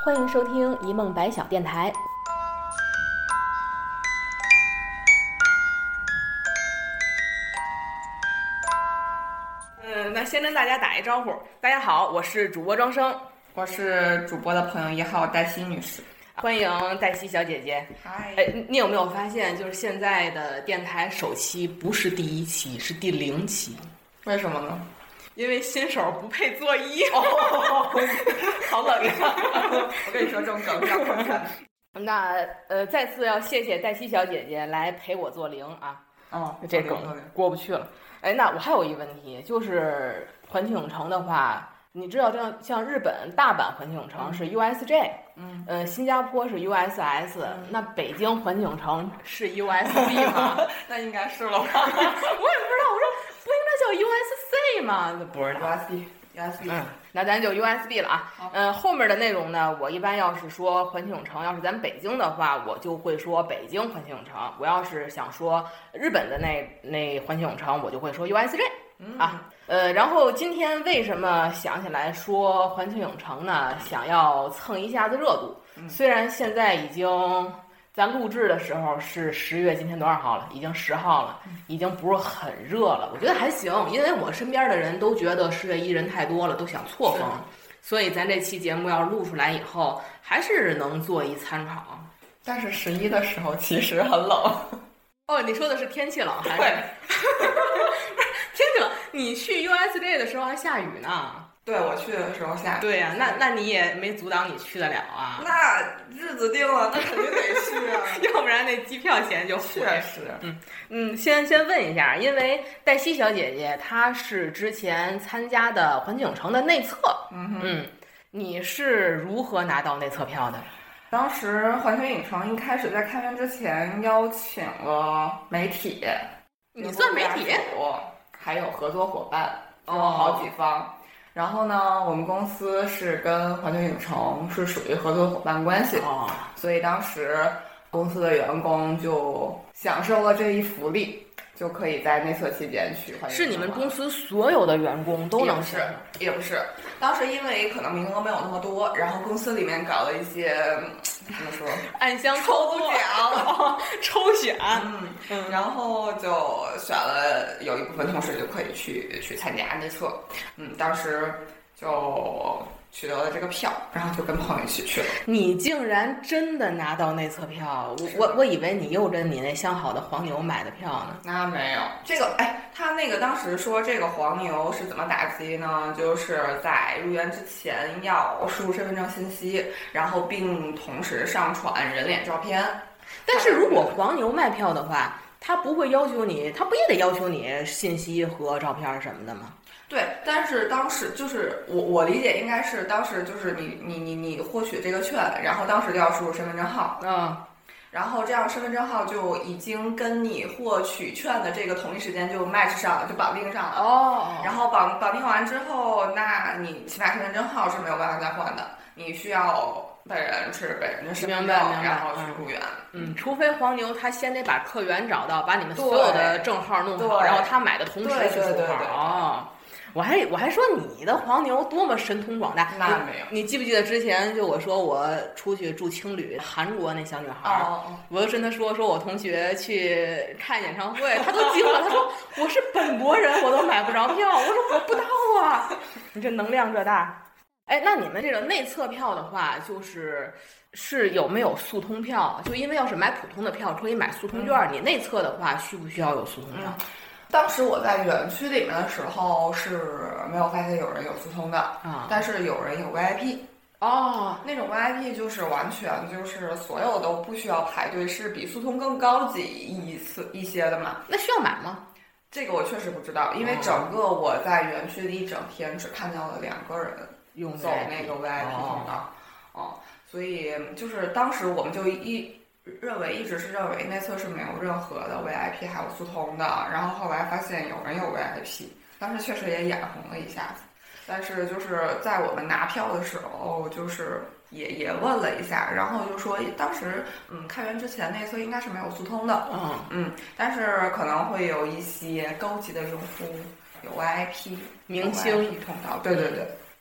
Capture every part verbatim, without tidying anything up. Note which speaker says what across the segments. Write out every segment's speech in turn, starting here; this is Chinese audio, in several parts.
Speaker 1: 欢迎收听一梦白小电台。嗯，那先跟大家打一招呼。大家好，我是主播庄生，
Speaker 2: 我是主播的朋友一号黛西女士。
Speaker 1: 欢迎黛西小姐姐。
Speaker 2: 嗨，
Speaker 1: 哎，你有没有发现，就是现在的电台首期不是第一期，是第零期？
Speaker 2: 为什么呢？
Speaker 1: 因为新手不配做一。
Speaker 2: 哦，好冷呀！我跟你说，这种梗要狂看。
Speaker 1: 那呃，再次要谢谢黛西小姐姐来陪我做零啊。
Speaker 2: 哦，
Speaker 1: 这梗过不去了。哎，那我还有一个问题，就是环球影城的话，你知道这样像日本大阪环球影城是 U S J， 嗯，呃，新加坡是 U S S，、嗯、那北京环球影城是 U S B 吗？
Speaker 2: 那应该是了吧？
Speaker 1: 我也不知道，我说不应该叫 U S C 吗？不是
Speaker 2: U S B，U S B。
Speaker 1: 嗯，那咱就 U S B 了啊。嗯、呃，后面的内容呢，我一般要是说环球影城，要是咱北京的话，我就会说北京环球影城；我要是想说日本的那那环球影城，我就会说 U S J。
Speaker 2: 嗯
Speaker 1: 啊，呃，然后今天为什么想起来说环球影城呢？想要蹭一下子热度。
Speaker 2: 嗯、
Speaker 1: 虽然现在已经咱录制的时候是十月，今天多少号了？已经十号了，已经不是很热了。我觉得还行，因为我身边的人都觉得十月一人太多了，都想错峰，所以咱这期节目要录出来以后，还是能做一参考。
Speaker 2: 但是十一的时候其实很冷。
Speaker 1: 哦，你说的是天气冷还是？对。天气冷，你去 U S J 的时候还下雨呢。
Speaker 2: 对，我去的时候下雨。
Speaker 1: 对呀、啊，那那你也没阻挡你去得了啊。
Speaker 2: 那日子定了，那肯定得去啊，
Speaker 1: 要不然那机票钱就
Speaker 2: 确实。
Speaker 1: 嗯嗯，先先问一下，因为黛西小姐姐她是之前参加的环球影城的内测，
Speaker 2: 嗯
Speaker 1: 嗯，你是如何拿到内测票的？
Speaker 2: 当时环球影城一开始在开园之前邀请了媒体，
Speaker 1: 你算媒体？
Speaker 2: 还有合作伙伴，有好几方。哦、然后呢，我们公司是跟环球影城是属于合作伙伴关系，
Speaker 1: 哦、
Speaker 2: 所以当时公司的员工就享受了这一福利，就可以在内测期间去环球影城。
Speaker 1: 是你们公司所有的员工都能
Speaker 2: 是？也不是，当时因为可能名额没有那么多，然后公司里面搞了一些怎么说
Speaker 1: 暗箱
Speaker 2: 抽奖、
Speaker 1: 抽选，
Speaker 2: 嗯嗯，然后就选了有一部分同事就可以去去参加内测，嗯，当时就取得了这个票，然后就跟朋友一起去了。
Speaker 1: 你竟然真的拿到内测票？我我我以为你又跟你那相好的黄牛买的票呢。
Speaker 2: 那没有，这个哎，他那个当时说这个黄牛是怎么打击呢？就是在入园之前要输入身份证信息，然后并同时上传人脸照片。
Speaker 1: 但是如果黄牛卖票的话，他不会要求你，他不也得要求你信息和照片什么的吗？
Speaker 2: 对，但是当时就是我我理解应该是当时就是你你你你获取这个券，然后当时就要输入身份证号，
Speaker 1: 嗯，
Speaker 2: 然后这样身份证号就已经跟你获取券的这个同一时间就 match 上了，就绑定上了。
Speaker 1: 哦，
Speaker 2: 然后绑绑定完之后，那你起码身份证号是没有办法再换的，你需要本人是本人的身份证，然后去入园。
Speaker 1: 嗯，除非黄牛他先得把客源找到，把你们所有的证号弄好，然后他买的同时去输号。哦。我还我还说你的黄牛多么神通广大，
Speaker 2: 那没有。
Speaker 1: 你记不记得之前就我说我出去住青旅，韩国那小女孩，
Speaker 2: 哦哦
Speaker 1: 我就跟她说说我同学去看演唱会，她都惊了，她说我是本国人，我都买不着票，我说我不到啊，你这能量这大。哎，那你们这个内测票的话，就是是有没有速通票？就因为要是买普通的票可以买速通券，嗯、你内测的话需不需要有速通票？
Speaker 2: 嗯当时我在园区里面的时候是没有发现有人有速通的啊，但是有人有 V I P
Speaker 1: 哦，
Speaker 2: 那种 V I P 就是完全就是所有都不需要排队，是比速通更高级一次一些的嘛。
Speaker 1: 那需要买吗？
Speaker 2: 这个我确实不知道，因为整个我在园区里一整天只看到了两个人
Speaker 1: 用
Speaker 2: 走那个 V I P 通道，哦，所以就是当时我们就一。认为一直是认为内测是没有任何的 V I P 还有速通的，然后后来发现有人有 V I P， 当时确实也眼红了一下子，但是就是在我们拿票的时候，就是也也问了一下，然后就说当时嗯开园之前内测应该是没有速通的，
Speaker 1: 嗯
Speaker 2: 嗯，但是可能会有一些高级的用户有 V I P
Speaker 1: 明星
Speaker 2: 通道，对对对。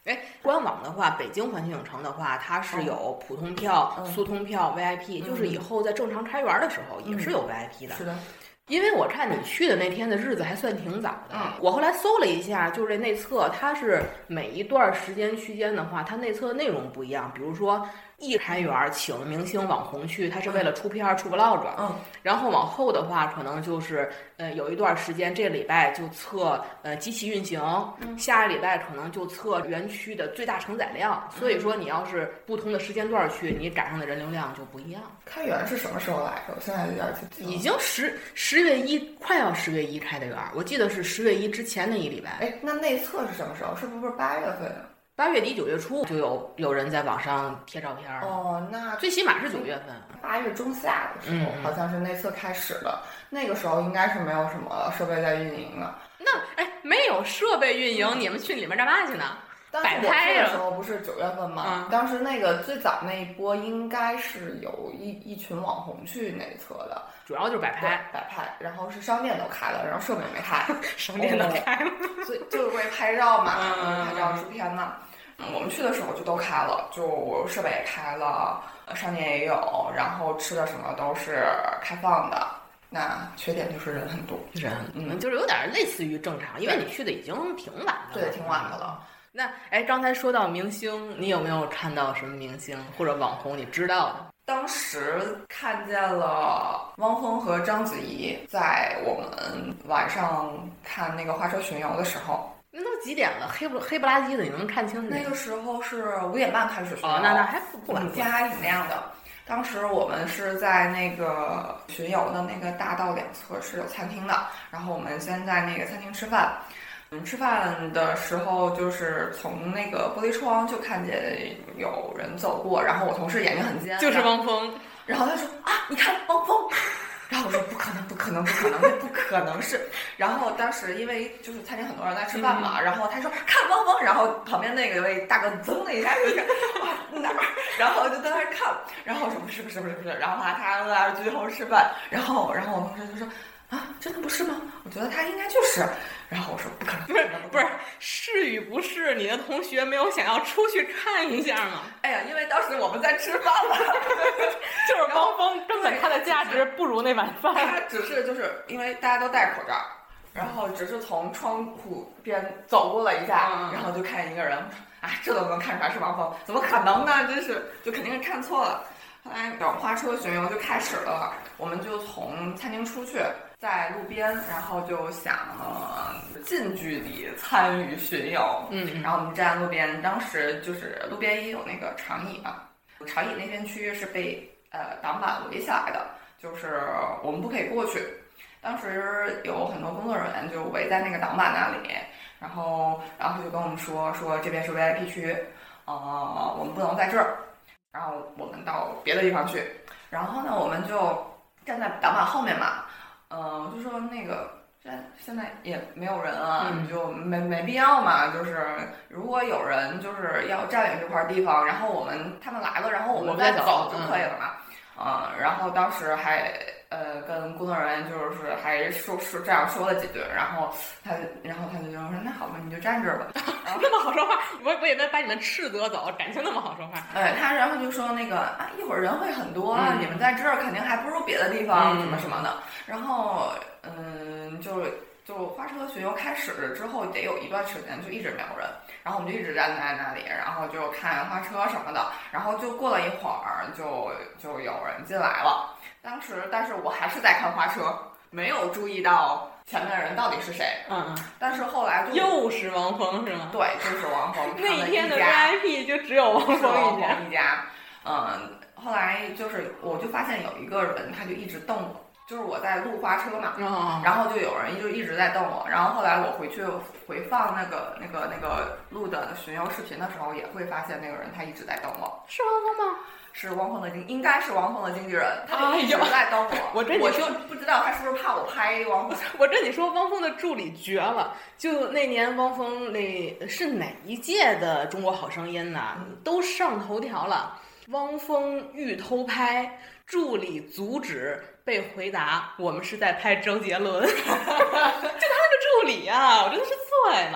Speaker 1: 哎，官网的话，北京环球影城的话，它是有普通票、
Speaker 2: 嗯、
Speaker 1: 速通票、V I P，、嗯、就是以后在正常开园的时候也是有 V I P 的。
Speaker 2: 是的。
Speaker 1: 因为我看你去的那天的日子还算挺早的，嗯，我后来搜了一下，就是这内测，它是每一段时间区间的话，它内测内容不一样，比如说一开园请明星网红去，它是为了出片出 vlog，
Speaker 2: 嗯，
Speaker 1: 然后往后的话，可能就是呃有一段时间，这个礼拜就测呃机器运行，
Speaker 2: 嗯，
Speaker 1: 下个礼拜可能就测园区的最大承载量，所以说你要是不同的时间段去，你赶上的人流量就不一样。
Speaker 2: 开园是什么时候来着？我现在有点记不清。
Speaker 1: 已经十十月一，快要十月一开的园，我记得是十月一之前的一礼拜。
Speaker 2: 哎，那内测是什么时候？是不是八月份啊？
Speaker 1: 八月底九月初就有有人在网上贴照片。
Speaker 2: 哦，那
Speaker 1: 最起码是九月份，
Speaker 2: 八月中下的时候，
Speaker 1: 嗯、
Speaker 2: 好像是内测开始的。那个时候应该是没有什么设备在运营的。
Speaker 1: 那哎，没有设备运营，嗯、你们去里面干嘛去呢？摆拍
Speaker 2: 的时候不是九月份吗？
Speaker 1: 嗯、
Speaker 2: 当时那个最早那一波应该是有一一群网红去内测的，
Speaker 1: 主要就是摆拍，
Speaker 2: 摆拍，然后是商店都开了，然后设备没开，
Speaker 1: 商店都开了，
Speaker 2: 所以就是为拍照嘛，
Speaker 1: 嗯、
Speaker 2: 拍照出片嘛。嗯，我们去的时候就都开了，就设备也开了，商店也有，然后吃的什么都是开放的。那缺点就是人很多，
Speaker 1: 人嗯，就是有点类似于正常，因为你去的已经挺晚的了，
Speaker 2: 对，挺晚的了。
Speaker 1: 那哎，刚才说到明星，你有没有看到什么明星或者网红你知道的？
Speaker 2: 当时看见了汪峰和章子怡在我们晚上看那个花车巡游的时候。
Speaker 1: 那都几点了？黑不黑不拉几的，你能看清楚？
Speaker 2: 那个时候是五点半开始巡游，
Speaker 1: 哦，那那还不不晚，
Speaker 2: 天还挺亮的。当时我们是在那个巡游的那个大道两侧是有餐厅的，然后我们先在那个餐厅吃饭。嗯，吃饭的时候就是从那个玻璃窗就看见有人走过，然后我同事眼睛很尖，
Speaker 1: 就是汪峰，
Speaker 2: 然后他说啊，你看汪峰。然后我说不可能，不可能，不可能，这不可能是。然后当时因为就是餐厅很多人在吃饭嘛，嗯、然后他说看汪峰，然后旁边那个位大哥噌的一下就看哇哪儿，然后就在那看，然后我说不是不是不是不是，然后他他在那最后吃饭，然后然后我同事就说啊真的不是吗？我觉得他应该就是，然后我说不可能，
Speaker 1: 不是不是是与不是，你的同学没有想要出去看一下吗？
Speaker 2: 哎呀，因为当时我们在吃饭了，
Speaker 1: 就是汪峰根本他的价值不如那碗饭，
Speaker 2: 他只是就是因为大家都戴口罩，然后只是从窗户边走过了一下，
Speaker 1: 嗯、
Speaker 2: 然后就看见一个人，啊，这都能看出来是汪峰，怎么可能呢？真是就肯定是看错了。后来等花车巡游就开始了，我们就从餐厅出去，在路边，然后就想、呃、近距离参与巡游。
Speaker 1: 嗯，
Speaker 2: 然后我们站在路边，当时就是路边也有那个长椅嘛，长椅那片区域是被呃挡板围起来的，就是我们不可以过去。当时有很多工作人员就围在那个挡板那里，然后然后就跟我们说说这边是 V I P 区，呃，我们不能在这儿。然后我们到别的地方去，然后呢，我们就站在挡板后面嘛，嗯、呃，就说那个这现在也没有人啊，
Speaker 1: 嗯、
Speaker 2: 你就没没必要嘛。就是如果有人就是要占领这块地方，然后我们他们来了，然后我们再走就可以了嘛。嗯，嗯然后当时还呃跟工作人员就是还说说这样说了几句，然后他然后他就说那好吧，你就站这儿吧。
Speaker 1: 那么好说话，我我以为把你们斥责走，感情那么好说话。
Speaker 2: 哎，他然后就说那个啊，一会儿人会很多啊，嗯、你们在这儿肯定还不如别的地方、嗯、什么什么的。然后嗯，就就花车巡游开始之后得有一段时间就一直没有人，然后我们就一直站在那里，然后就看花车什么的。然后就过了一会儿，就就有人进来了。当时但是我还是在看花车，没有注意到前面的人到底是谁？
Speaker 1: 嗯嗯。
Speaker 2: 但是后来就
Speaker 1: 又是汪峰是吗？
Speaker 2: 对，就是汪峰。
Speaker 1: 那一天的 V I P 就只有汪峰一家。
Speaker 2: 一家。嗯，后来就是我就发现有一个人，他就一直瞪我，就是我在录花车嘛，
Speaker 1: 哦、
Speaker 2: 然后就有人就一直在瞪我。然后后来我回去回放那个那个那个录的巡游视频的时候，也会发现那个人他一直在瞪我。
Speaker 1: 是汪峰吗？
Speaker 2: 是汪峰的经，应该是汪峰的经纪人，他就一直在瞪我。哎、
Speaker 1: 我真
Speaker 2: 我就不知道他是不是怕我拍汪峰。
Speaker 1: 我跟你说，汪峰的助理绝了。就那年汪峰那是哪一届的《中国好声音》呢？都上头条了。汪峰欲偷拍，助理阻止，被回答我们是在拍周杰伦。就他那个助理啊，我真的是醉了。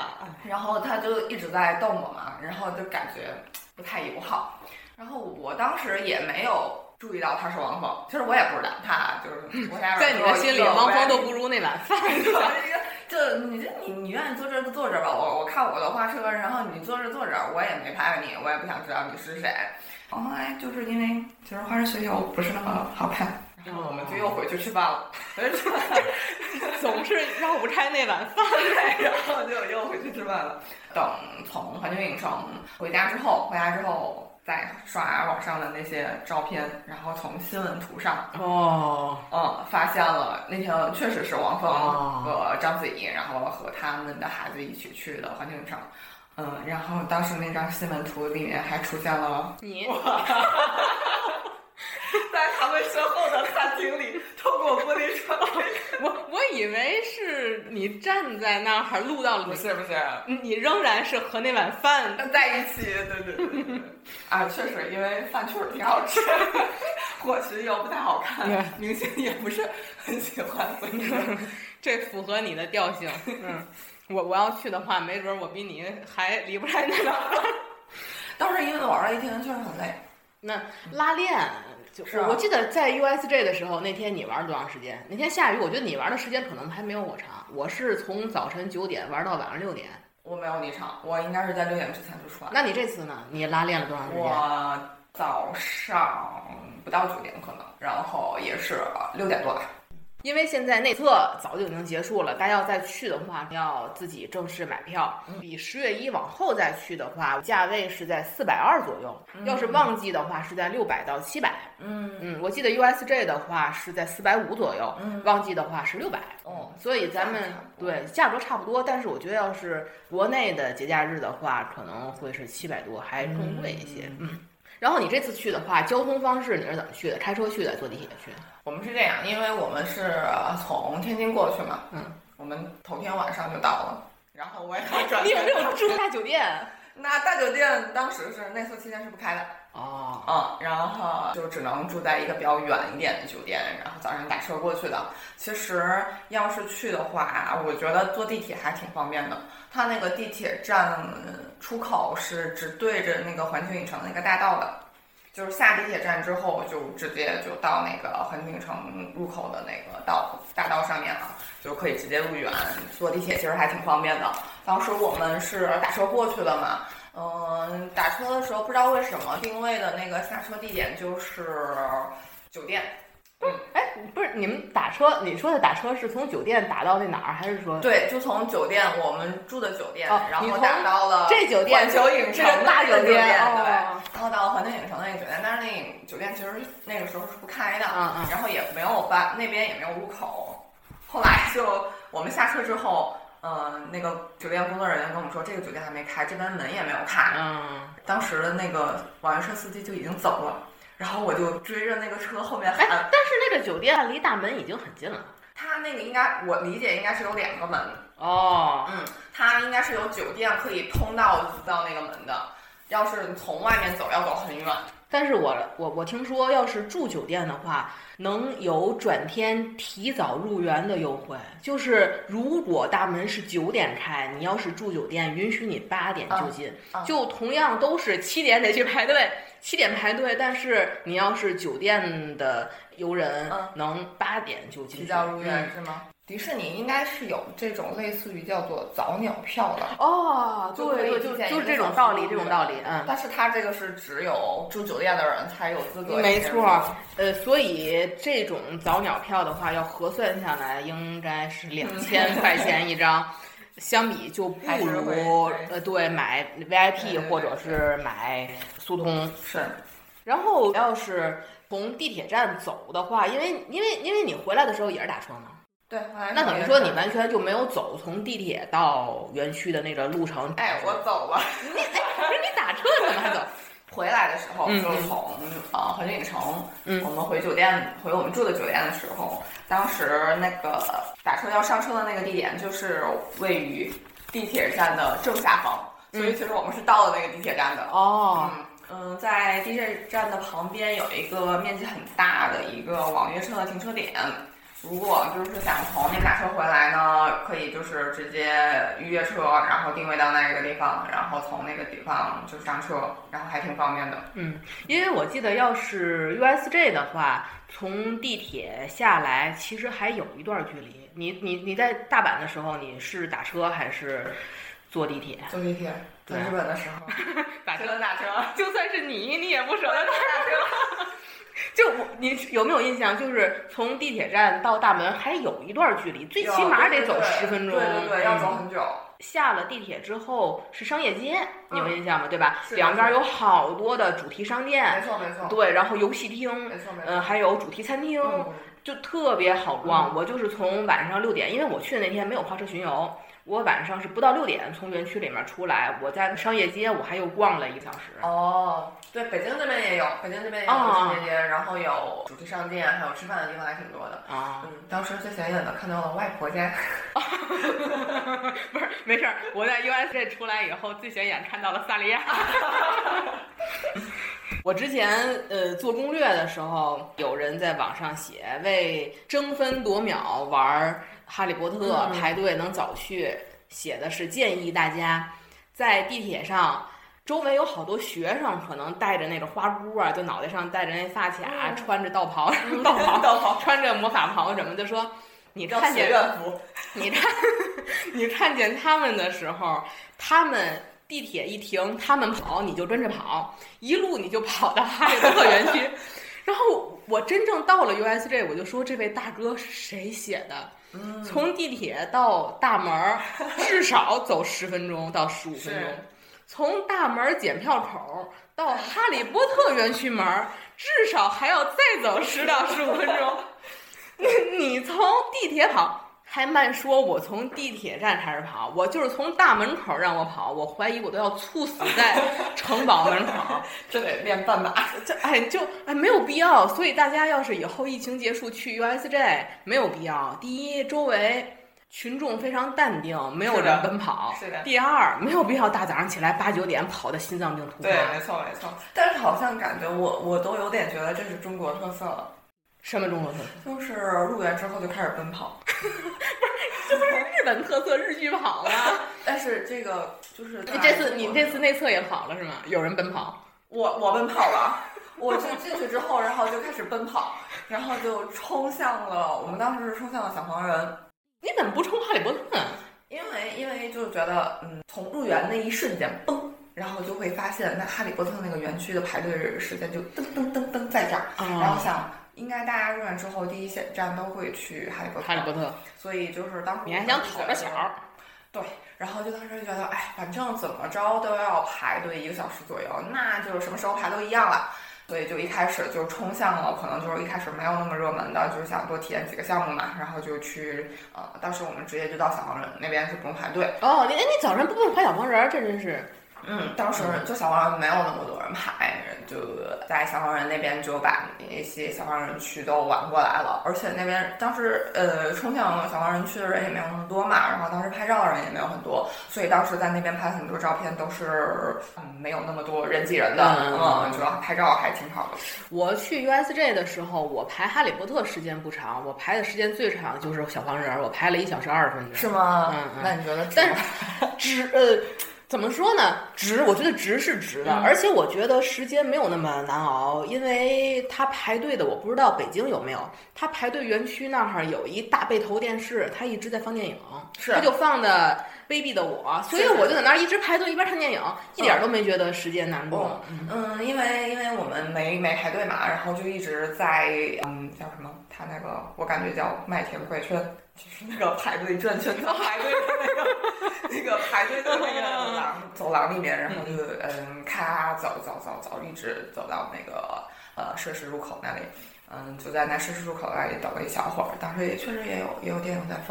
Speaker 2: 然后他就一直在瞪我嘛，然后就感觉不太友好。然后我当时也没有注意到他是汪峰，其实我也不知道他就是我俩
Speaker 1: 在你的心里，汪峰都不如那碗饭。
Speaker 2: 就你这你你愿意坐这就坐这吧，我我看我的花车，然后你坐这坐这，我也没拍你，我也不想知道你是谁。后来就是因为其实花式学校不是那么好看。然后我们就又回去吃饭了，
Speaker 1: 总是绕不开那碗饭，
Speaker 2: 然后就又回去吃饭了。等从环球影城回家之后，回家之后再刷网上的那些照片，然后从新闻图上
Speaker 1: 哦，
Speaker 2: 嗯，发现了那天确实是王峰和章子怡，然后和他们的孩子一起去的环球影城。嗯，然后当时那张新闻图里面还出现了
Speaker 1: 你。
Speaker 2: 在他们身后的餐厅里，透过玻璃窗，
Speaker 1: 我我以为是你站在那儿录到了，
Speaker 2: 不是不是，
Speaker 1: 你仍然是和那碗饭
Speaker 2: 在一起，对对对对对。啊，确实，因为饭确实挺好吃，或许又不太好看，明星也不是很喜欢，所以
Speaker 1: 这符合你的调性。嗯，我我要去的话，没准我比你还离不开那碗饭。
Speaker 2: 当时因为玩了一天，确实很累。
Speaker 1: 那拉练。就是我记得在 U S J 的时候，那天你玩了多长时间？那天下雨，我觉得你玩的时间可能还没有我长。我是从早晨九点玩到晚上六点。
Speaker 2: 我没有你长，我应该是在六点之前就出来。
Speaker 1: 那你这次呢？你拉练了多长时间？
Speaker 2: 我早上不到九点可能，然后也是六点多。
Speaker 1: 因为现在内测早就已经结束了，大家要再去的话，要自己正式买票。比十月一往后再去的话，价位是在四百二左右。
Speaker 2: 嗯、
Speaker 1: 要是旺季的话，是在六百到七百。
Speaker 2: 嗯
Speaker 1: 嗯，我记得 U S J 的话是在四百五左右，
Speaker 2: 嗯、
Speaker 1: 旺季的话是六百。
Speaker 2: 哦，
Speaker 1: 所以咱们对价格差不多，但是我觉得要是国内的节假日的话，可能会是七百多，还更贵一些。嗯。嗯然后你这次去的话，交通方式你是怎么去的？开车去的，坐地铁去的？
Speaker 2: 我们是这样，因为我们是从天津过去嘛，
Speaker 1: 嗯，
Speaker 2: 我们头天晚上就到了，然后我也要转。
Speaker 1: 你有没有住大酒店？
Speaker 2: 那大酒店当时是内测期间是不开的。
Speaker 1: 哦，
Speaker 2: 嗯，然后就只能住在一个比较远一点的酒店，然后早上打车过去的。其实要是去的话，我觉得坐地铁还挺方便的。它那个地铁站出口是只对着那个环球影城那个大道的，就是下地铁站之后就直接就到那个环球影城入口的那个道大道上面了，就可以直接入园。坐地铁其实还挺方便的。当时我们是打车过去的嘛。嗯，打车的时候不知道为什么定位的那个下车地点就是酒店。
Speaker 1: 嗯，哎，不是你们打车，你说的打车是从酒店打到那哪儿，还是说？
Speaker 2: 对，就从酒店我们住的酒店，
Speaker 1: 哦、
Speaker 2: 然后打到了
Speaker 1: 这酒店
Speaker 2: 环球影城
Speaker 1: 大酒店，
Speaker 2: 对，
Speaker 1: 哦、
Speaker 2: 然后到了环球影城那个酒店，但是那个酒店其实那个时候是不开的，
Speaker 1: 嗯嗯，
Speaker 2: 然后也没有办那边也没有入口。后来就我们下车之后。嗯，那个酒店工作人员跟我们说，这个酒店还没开，这边门也没有开。
Speaker 1: 嗯，
Speaker 2: 当时的那个网约车司机就已经走了，然后我就追着那个车后面喊。
Speaker 1: 哎，但是那个酒店离大门已经很近了。
Speaker 2: 它那个应该，我理解应该是有两个门。
Speaker 1: 哦，
Speaker 2: 嗯，它应该是有酒店可以通到到那个门的。要是从外面走，要走很远。
Speaker 1: 但是我我我听说，要是住酒店的话，能有转天提早入园的优惠。就是如果大门是九点开，你要是住酒店，允许你八点就进。
Speaker 2: 嗯嗯、
Speaker 1: 就同样都是七点得去排队，七点排队，但是你要是酒店的游人，
Speaker 2: 嗯、
Speaker 1: 能八点就进去。
Speaker 2: 提早入园是吗？迪士尼应该是有这种类似于叫做早鸟票的
Speaker 1: 哦，对对，就就是这种道理，这种道理，嗯。
Speaker 2: 但是它这个是只有住酒店的人才有资格。
Speaker 1: 没错，呃，所以这种早鸟票的话，要核算下来应该是两千块钱一张，相比就不如呃对买 V I P 或者是买速通
Speaker 2: 是。
Speaker 1: 然后要是从地铁站走的话，因为因为因为你回来的时候也是打车嘛。
Speaker 2: 对，
Speaker 1: 那等于说你完全就没有走从地铁到园区的那个路程。
Speaker 2: 哎，我走了。
Speaker 1: 你哎，不是你打车怎么还走？
Speaker 2: 回来的时候就是从呃环球影城，嗯，我们回酒店回我们住的酒店的时候，当时那个打车要上车的那个地点就是位于地铁站的正下方，所以其实我们是到了那个地铁站的。
Speaker 1: 哦。
Speaker 2: 嗯嗯，在地铁站的旁边有一个面积很大的一个网约车的停车点。 如果就是想从那打车回来呢，可以就是直接预约车，然后定位到那个地方，然后从那个地方就上车，然后还挺方便的。
Speaker 1: 嗯，因为我记得要是 U S J 的话，从地铁下来其实还有一段距离。你你你在大阪的时候，你是打车还是坐地铁？
Speaker 2: 坐地铁。在日本的时候，
Speaker 1: 打
Speaker 2: 车打车，
Speaker 1: 就算是你，你也不舍得打车。就我，你有没有印象？就是从地铁站到大门还有一段距离，最起码得走十分钟。
Speaker 2: 对对 对, 对, 对，要走很久。
Speaker 1: 下了地铁之后是商业街，你有印象吗？对吧？两边有好多的主题商店，
Speaker 2: 没错没错。
Speaker 1: 对，然后游戏厅，
Speaker 2: 没错没错。
Speaker 1: 嗯，还有主题餐厅，
Speaker 2: 嗯、
Speaker 1: 就特别好逛。
Speaker 2: 嗯、
Speaker 1: 我就是从晚上六点，因为我去的那天没有花车巡游。我晚上是不到六点从园区里面出来，我在商业街我还又逛了一个小时。
Speaker 2: 哦，对，北京这边也有，北京这边也有商业街，哦、然后有主题商店，还有吃饭的地方还挺多的。
Speaker 1: 啊、哦，
Speaker 2: 嗯，当时最显眼的看到了外婆家。
Speaker 1: 不是，没事儿，我在 U S J 出来以后最显眼看到了萨利亚。我之前呃做攻略的时候，有人在网上写为争分夺秒玩哈利波特排队能早去，写的是建议大家在地铁上，周围有好多学生可能戴着那个花箍啊，就脑袋上戴着那发卡，嗯、穿着道袍，道袍，
Speaker 2: 道袍，
Speaker 1: 穿着魔法袍什么的，说你看见你看你看见他们的时候，他们地铁一停，他们跑，你就跟着跑，一路你就跑到哈利波特园区。然后我真正到了 U S J， 我就说这位大哥是谁写的？
Speaker 2: 嗯、
Speaker 1: 从地铁到大门至少走十分钟到十五分钟，从大门检票口到哈利波特园区门至少还要再走十到十五分钟。你你从地铁跑。还慢说，我从地铁站开始跑，我就是从大门口让我跑，我怀疑我都要猝死在城堡门口，
Speaker 2: 这得练半马，
Speaker 1: 这哎就哎没有必要。所以大家要是以后疫情结束去 U S J 没有必要。第一，周围群众非常淡定，没有人奔跑；
Speaker 2: 是的。
Speaker 1: 第二，没有必要大早上起来八九点跑的心脏病突发。
Speaker 2: 对，没错没错。但是好像感觉我我都有点觉得这是中国特色了。
Speaker 1: 什么中国特色？
Speaker 2: 就是入园之后就开始奔跑。
Speaker 1: 不是，这不是日本特色日剧跑吗？
Speaker 2: 但是这个就是
Speaker 1: 你这次你这次内测也跑了是吗？有人奔跑？
Speaker 2: 我我奔跑了，我就进去之后，然后就开始奔跑，然后就冲向了我们当时是冲向了小黄人。
Speaker 1: 你怎么不冲哈利波特呢？
Speaker 2: 因为因为就觉得嗯，从入园那一瞬间嘣。然后就会发现，那哈利波特那个园区的排队时间就噔噔噔噔在这儿，
Speaker 1: 嗯、
Speaker 2: 然后想，应该大家入园之后第一选站都会去哈利波特，
Speaker 1: 哈利波特，
Speaker 2: 所以就是当时
Speaker 1: 你还想讨个巧，
Speaker 2: 对，然后就当时就觉得，哎，反正怎么着都要排队一个小时左右，那就是什么时候排都一样了。所以就一开始就冲向了，可能就是一开始没有那么热门的，就是想多体验几个项目嘛，然后就去呃，当时我们直接就到小黄人那边是不用排队。
Speaker 1: 哦，你哎，你早上不用排小黄人，这真是。
Speaker 2: 嗯，当时就小黄人没有那么多人排，就在小黄人那边就把那些小黄人区都玩过来了，而且那边当时呃冲向小黄人区的人也没有那么多嘛，然后当时拍照的人也没有很多，所以当时在那边拍很多照片都是嗯没有那么多人挤人的，嗯，嗯主要拍照还挺好的。
Speaker 1: 我去 U S J 的时候，我排哈利波特时间不长，我排的时间最长就是小黄人，我排了一小时二十分钟。
Speaker 2: 是吗？
Speaker 1: 嗯嗯。
Speaker 2: 那你觉得值？
Speaker 1: 但是值呃。怎么说呢？值，我觉得值是值的，嗯、而且我觉得时间没有那么难熬，因为他排队的，我不知道北京有没有，他排队园区那儿有一大背头电视，他一直在放电影，
Speaker 2: 是
Speaker 1: 他就放的《卑鄙的我》，所以我就在那儿一直排队一边看电影，一点都没觉得时间难过。
Speaker 2: 嗯，嗯因为因为我们没没排队嘛，然后就一直在嗯叫什么？他那个我感觉叫麦田怪圈。就是那个排队转圈的排队的那个那个排队的那个走廊走廊里面，然后就嗯咔走走走走，一直走到那个呃设施入口那里，嗯就在那设施入口那里等了一小会儿，当时也确实也有也有电影在放，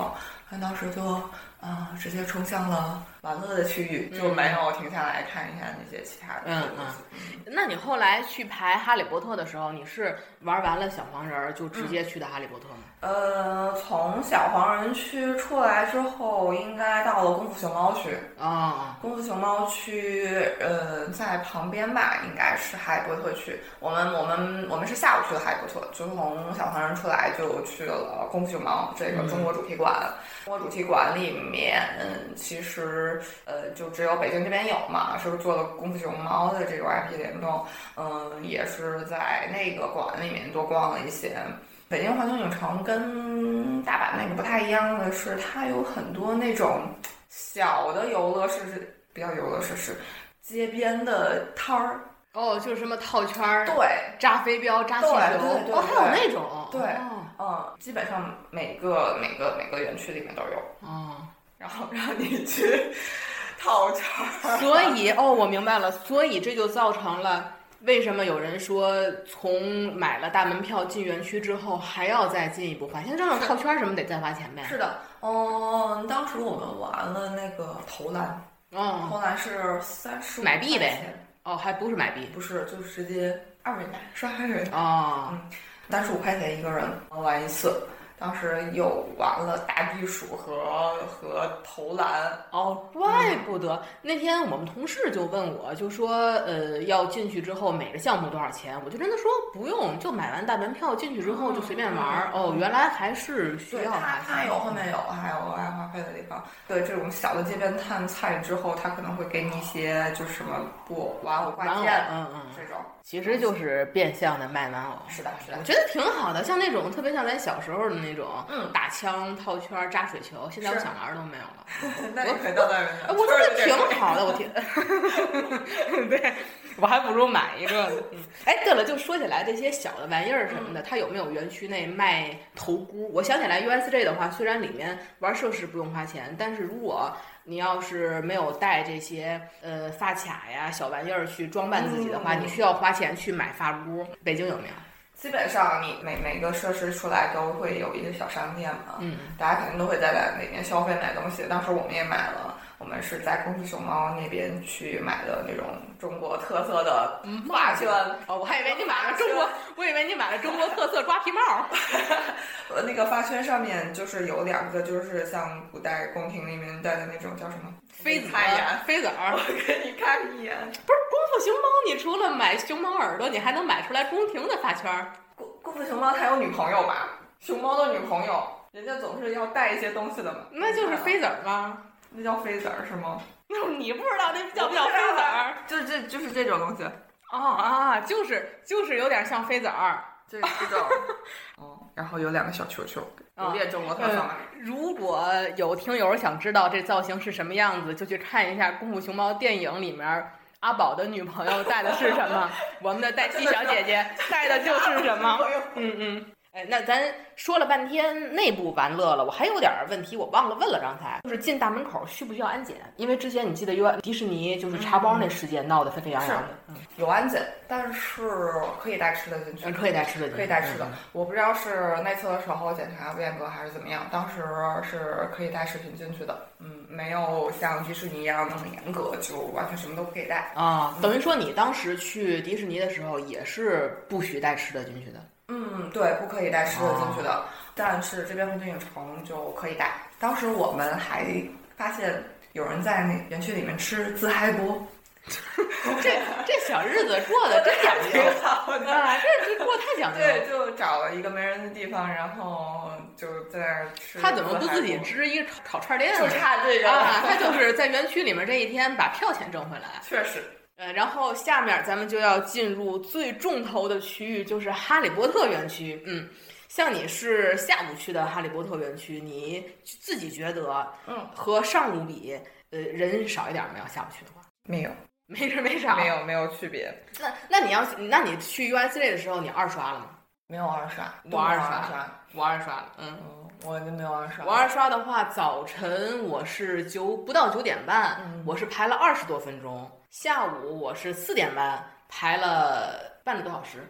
Speaker 2: 但当时就啊、呃，直接冲向了玩乐的区域，就没有停下来看一下那些其他的
Speaker 1: 嗯嗯。那你后来去排哈利波特的时候，你是玩完了小黄人就直接去的哈利波特吗？
Speaker 2: 嗯、呃，从小黄人区出来之后，应该到了功夫熊猫区
Speaker 1: 啊。
Speaker 2: 功夫熊猫区，呃，在旁边吧，应该是哈利波特区。我们我们我们是下午去的哈利波特，就从小黄人出来就去了功夫熊猫这个中国主题馆。中国主题馆里面，嗯，其实呃就只有北京这边有嘛，是做了功夫熊猫的这个 I P 联动，嗯，也是在那个馆里面多逛了一些。北京环球影城跟大阪那个不太一样的是，它有很多那种小的游乐设施，比较游乐设施，街边的摊儿。
Speaker 1: 哦，就是什么套圈儿，
Speaker 2: 对，
Speaker 1: 扎飞镖、扎气球，
Speaker 2: 对对对，
Speaker 1: 哦，还有那种，
Speaker 2: 对，
Speaker 1: 哦、
Speaker 2: 嗯，基本上每个每个每个园区里面都有。
Speaker 1: 哦，
Speaker 2: 然后让你去套圈儿。
Speaker 1: 所以，哦，我明白了，所以这就造成了。为什么有人说从买了大门票进园区之后还要再进一步花钱？像这种套圈什么得再花钱呗？
Speaker 2: 是的，嗯，当时我们玩了那个投篮，
Speaker 1: 哦，
Speaker 2: 投篮是三十
Speaker 1: 买币呗？哦，还不是买币，
Speaker 2: 不是，就直接二维码刷二维码。
Speaker 1: 哦，
Speaker 2: 嗯，三十五块钱一个人玩一次。当时又玩了大地鼠和和投篮
Speaker 1: 哦，怪不得、嗯、那天我们同事就问我，就说呃要进去之后每个项目多少钱？我就跟他说不用，就买完大门票进去之后就随便玩。嗯、哦，原来还是需要花钱。
Speaker 2: 它它有后面有还有额外花费的地方。对这种小的街边摊菜之后，他可能会给你一些就是什么布玩偶挂件，
Speaker 1: 嗯嗯，
Speaker 2: 这种
Speaker 1: 其实就是变相的卖玩偶。
Speaker 2: 是的，是的，
Speaker 1: 我觉得挺好的，像那种特别像咱小时候的那。那种
Speaker 2: 嗯，
Speaker 1: 打枪、套圈、扎水球，现在我想玩都没有了。
Speaker 2: 那你可到那边去。
Speaker 1: 我觉得挺好的，我听。对，我还不如买一个呢。嗯，哎，对了，就说起来这些小的玩意儿什么的，嗯、它有没有园区内卖头箍？我想起来 U S J 的话，虽然里面玩设施不用花钱，但是如果你要是没有带这些呃发卡呀、小玩意儿去装扮自己的话，
Speaker 2: 嗯、
Speaker 1: 你需要花钱去买发箍。北京有没有？
Speaker 2: 基本上你每每个设施出来都会有一个小商店嘛，
Speaker 1: 嗯，
Speaker 2: 大家肯定都会在那边消费买东西。当时我们也买了，我们是在功夫熊猫那边去买的那种中国特色的发圈。
Speaker 1: 哦，我还以为你买了中国，我以为你买了中国特色抓皮帽。
Speaker 2: 呃，那个发圈上面就是有两个，就是像古代宫廷里面戴的那种叫什么
Speaker 1: 妃子
Speaker 2: 眼
Speaker 1: 妃子儿。
Speaker 2: 我给你看一眼。
Speaker 1: 不是功夫熊猫，你除了买熊猫耳朵，你还能买出来宫廷的发圈。
Speaker 2: 功功夫熊猫它有女朋友吧？熊猫的女朋友，人家总是要带一些东西的嘛。
Speaker 1: 那就是妃子儿吗？
Speaker 2: 那叫妃子儿是吗？
Speaker 1: 那你不知道那叫不叫妃子儿？
Speaker 2: 就这就是这种东西。
Speaker 1: 哦啊，就是就是有点像妃子儿，
Speaker 2: 这这种。哦，然后有两个小球球，有点中国特色嘛、
Speaker 1: 嗯。如果有听友想知道这造型是什么样子，就去看一下《功夫熊猫》电影里面阿宝的女朋友戴的是什么，我们的黛西小姐姐戴的就是什么。嗯嗯。哎，那咱说了半天内部玩乐了，我还有点问题我忘了问了，刚才就是进大门口需不需要安检？因为之前你记得有迪士尼就是茶包那事件闹得沸沸扬扬的，
Speaker 2: 嗯、有安检，但是可以带吃的进去，
Speaker 1: 嗯、可以带吃的进去，
Speaker 2: 可以带吃的。嗯、我不知道是内测的时候检查不严格还是怎么样，当时是可以带食品进去的，嗯，没有像迪士尼一样那么严格，就完全什么都不可以带
Speaker 1: 啊。等于说你当时去迪士尼的时候也是不许带吃的进去的。
Speaker 2: 嗯，对，不可以带吃的进去的，哦、但是这边环球影城就可以带。当时我们还发现有人在那园区里面吃自嗨锅，
Speaker 1: 这这小日子过得真讲究啊！这这过太讲究了。
Speaker 2: 对，就找了一个没人的地方，然后就在那儿吃。
Speaker 1: 他怎么不自己支一个烤串店？
Speaker 2: 就差这个
Speaker 1: 啊！他就是在园区里面这一天把票钱挣回来。
Speaker 2: 确实。
Speaker 1: 呃，然后下面咱们就要进入最重头的区域，就是哈利波特园区。嗯，像你是下午去的哈利波特园区，你自己觉得，
Speaker 2: 嗯，
Speaker 1: 和上午比，呃，人少一点没有？下午去的话，
Speaker 2: 没有，
Speaker 1: 没人没少，
Speaker 2: 没有没有区别。
Speaker 1: 那那你要，那你去 U S J 的时候，你二刷了吗？
Speaker 2: 没有二刷，
Speaker 1: 我二
Speaker 2: 刷，
Speaker 1: 我二刷了，嗯。
Speaker 2: 我就没有二刷。
Speaker 1: 我二刷的话，早晨我是九不到九点半，
Speaker 2: 嗯、
Speaker 1: 我是排了二十多分钟。下午我是四点半，排了半个多小时。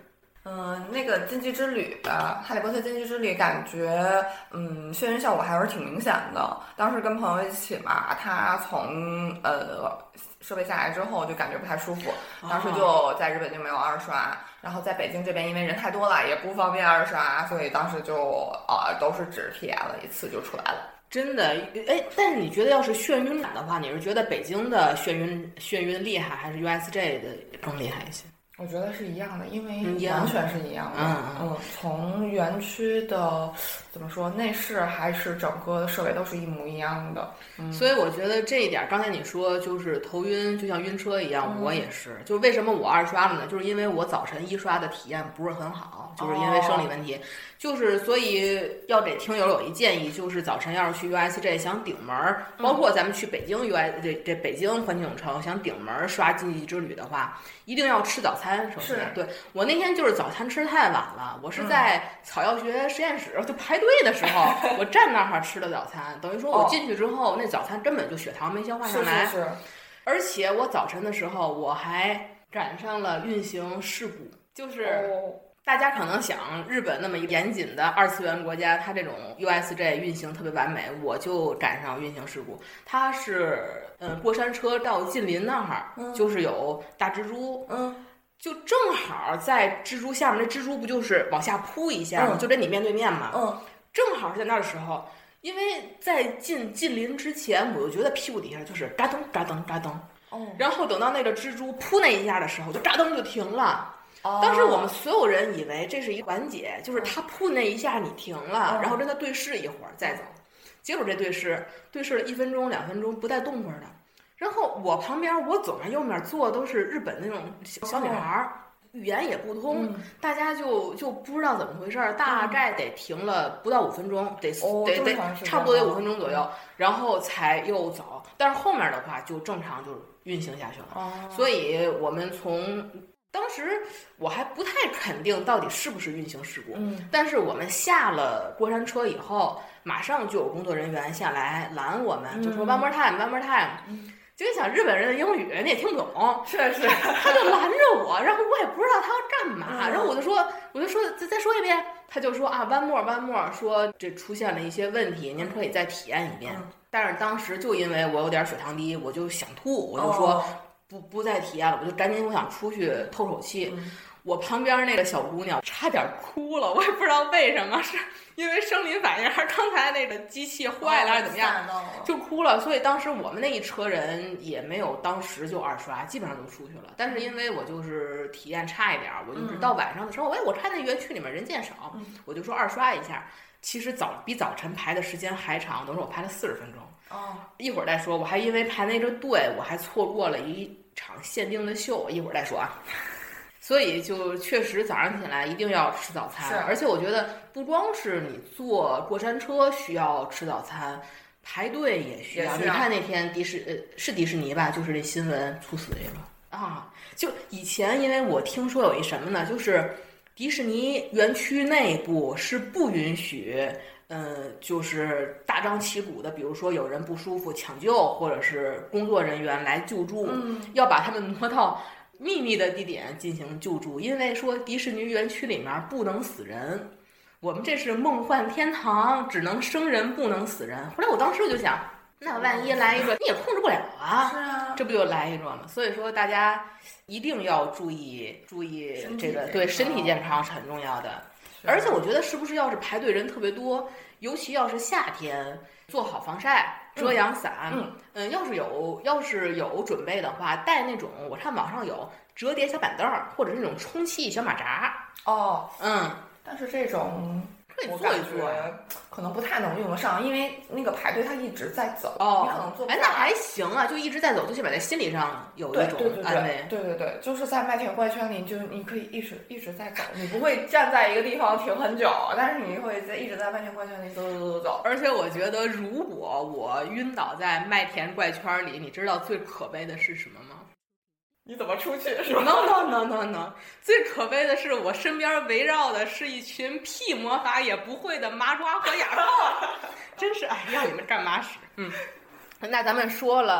Speaker 2: 嗯，那个禁忌之旅的《哈利波特禁忌之旅》，感觉嗯眩晕效果还是挺明显的。当时跟朋友一起嘛，他从呃设备下来之后就感觉不太舒服，当时就在日本就没有二刷，然后在北京这边因为人太多了，也不方便二刷，所以当时就呃都是只体验了一次就出来了。
Speaker 1: 真的，哎，但是你觉得要是眩晕感的话，你是觉得北京的眩晕眩晕厉害，还是 U S J 的更厉害一些？
Speaker 2: 我觉得是一样的，因为
Speaker 1: 嗯
Speaker 2: 完全是一样的。
Speaker 1: 嗯
Speaker 2: 嗯，从园区的怎么说内饰还是整个的设备都是一模一样的。嗯，
Speaker 1: 所以我觉得这一点，刚才你说就是头晕，就像晕车一样，
Speaker 2: 嗯、
Speaker 1: 我也是。就是为什么我二刷了呢？就是因为我早晨一刷的体验不是很好，就是因为生理问题。哦、就是所以要给听友有一建议，就是早晨要是去 U S J 想顶门，包括咱们去北京 U S 这这北京环球影城想顶门刷禁忌之旅的话，一定要吃早餐。首先，对我那天就是早餐吃太晚了，我是在草药学实验室就排队的时候，我站那儿吃的早餐，等于说我进去之后，那早餐根本就血糖没消化上来。
Speaker 2: 是是是。
Speaker 1: 而且我早晨的时候，我还赶上了运行事故，就是。大家可能想，日本那么严谨的二次元国家，它这种 U S J 运行特别完美，我就赶上运行事故。它是，嗯，过山车到近邻那儿，嗯、就是有大蜘蛛，
Speaker 2: 嗯，
Speaker 1: 就正好在蜘蛛下面，那蜘蛛不就是往下扑一下吗？嗯、就跟你面对面嘛，
Speaker 2: 嗯，
Speaker 1: 正好在那儿的时候，因为在近近邻之前，我就觉得屁股底下就是嘎噔嘎噔嘎噔，
Speaker 2: 哦，
Speaker 1: 然后等到那个蜘蛛扑那一下的时候，就嘎噔就停了。当时我们所有人以为这是一环节，就是他扑那一下你停了，
Speaker 2: 嗯、
Speaker 1: 然后跟他对视一会儿再走。结果这对视对视了一分钟两分钟不带动会的。然后我旁边我左面右面坐都是日本那种小女孩，哦、语言也不通，
Speaker 2: 嗯、
Speaker 1: 大家就就不知道怎么回事，大概得停了不到五分钟，得、
Speaker 2: 哦、
Speaker 1: 得得差不多得五分钟左右，然后才又走。但是后面的话就正常就运行下去了。
Speaker 2: 哦、
Speaker 1: 所以我们从。当时我还不太肯定到底是不是运行事故，
Speaker 2: 嗯，
Speaker 1: 但是我们下了过山车以后，马上就有工作人员下来拦我们，
Speaker 2: 嗯、
Speaker 1: 就说 one more time one more time，
Speaker 2: 嗯，
Speaker 1: 就你想日本人的英语你也听不懂，
Speaker 2: 是是，
Speaker 1: 他就拦着我，然后我也不知道他要干嘛，
Speaker 2: 嗯、
Speaker 1: 然后我就说我就说再再说一遍，他就说啊 one more one more， 说这出现了一些问题，您可以再体验一遍，
Speaker 2: 嗯、
Speaker 1: 但是当时就因为我有点血糖低，我就想吐，我就说。
Speaker 2: 哦
Speaker 1: 不不再体验了，我就赶紧我想出去透口气。
Speaker 2: 嗯、
Speaker 1: 我旁边那个小姑娘差点哭了，我也不知道为什么，是因为生理反应还是刚才那个机器坏了还是怎么样，
Speaker 2: 哦、
Speaker 1: 就哭了。所以当时我们那一车人也没有当时就二刷，基本上都出去了。但是因为我就是体验差一点，我就是到晚上的时候，哎、嗯，我看那园区里面人渐少，
Speaker 2: 嗯、
Speaker 1: 我就说二刷一下。其实早比早晨排的时间还长，等于我排了四十分钟。
Speaker 2: 哦，
Speaker 1: 一会儿再说，我还因为排那个队，我还错过了一场限定的秀，一会儿再说啊。所以就确实早上起来一定要吃早餐，而且我觉得不光是你坐过山车需要吃早餐，排队也需要。
Speaker 2: 需要
Speaker 1: 你看那天迪士呃是迪士尼吧，就是这新闻猝死那个啊，就以前因为我听说有一什么呢，就是迪士尼园区内部是不允许。嗯，就是大张旗鼓的，比如说有人不舒服抢救，或者是工作人员来救助，
Speaker 2: 嗯、
Speaker 1: 要把他们挪到秘密的地点进行救助，因为说迪士尼园区里面不能死人，我们这是梦幻天堂，只能生人不能死人。后来我当时就想，那万一来一个你也控制不了啊，
Speaker 2: 是啊，
Speaker 1: 这不就来一个吗？所以说大家一定要注意注意这个，对身体健康是很重要的。而且我觉得是不是要是排队人特别多，尤其要是夏天，做好防晒、遮阳伞，
Speaker 2: 嗯，
Speaker 1: 嗯，要是有要是有准备的话，带那种我看网上有折叠小板凳或者是那种充气小马扎。
Speaker 2: 哦，
Speaker 1: 嗯，
Speaker 2: 但是这种
Speaker 1: 可以做一做，
Speaker 2: 可能不太能用得上，因为那个排队它一直在走，
Speaker 1: 哦，
Speaker 2: 你可能做不。
Speaker 1: 哎，那还行啊，就一直在走，最起码在心理上有一种安慰。
Speaker 2: 对对对对，对对对，就是在麦田怪圈里，就你可以一直一直在走，你不会站在一个地方停很久，但是你会在一直在麦田怪圈里走走走走走。
Speaker 1: 而且我觉得，如果我晕倒在麦田怪圈里，你知道最可悲的是什么吗？
Speaker 2: 你怎么出去是吧
Speaker 1: ？No no no no no！ 最可悲的是我身边围绕的是一群屁魔法也不会的麻瓜和哑炮，真是哎，让你们干嘛使？嗯，那咱们说了，呃。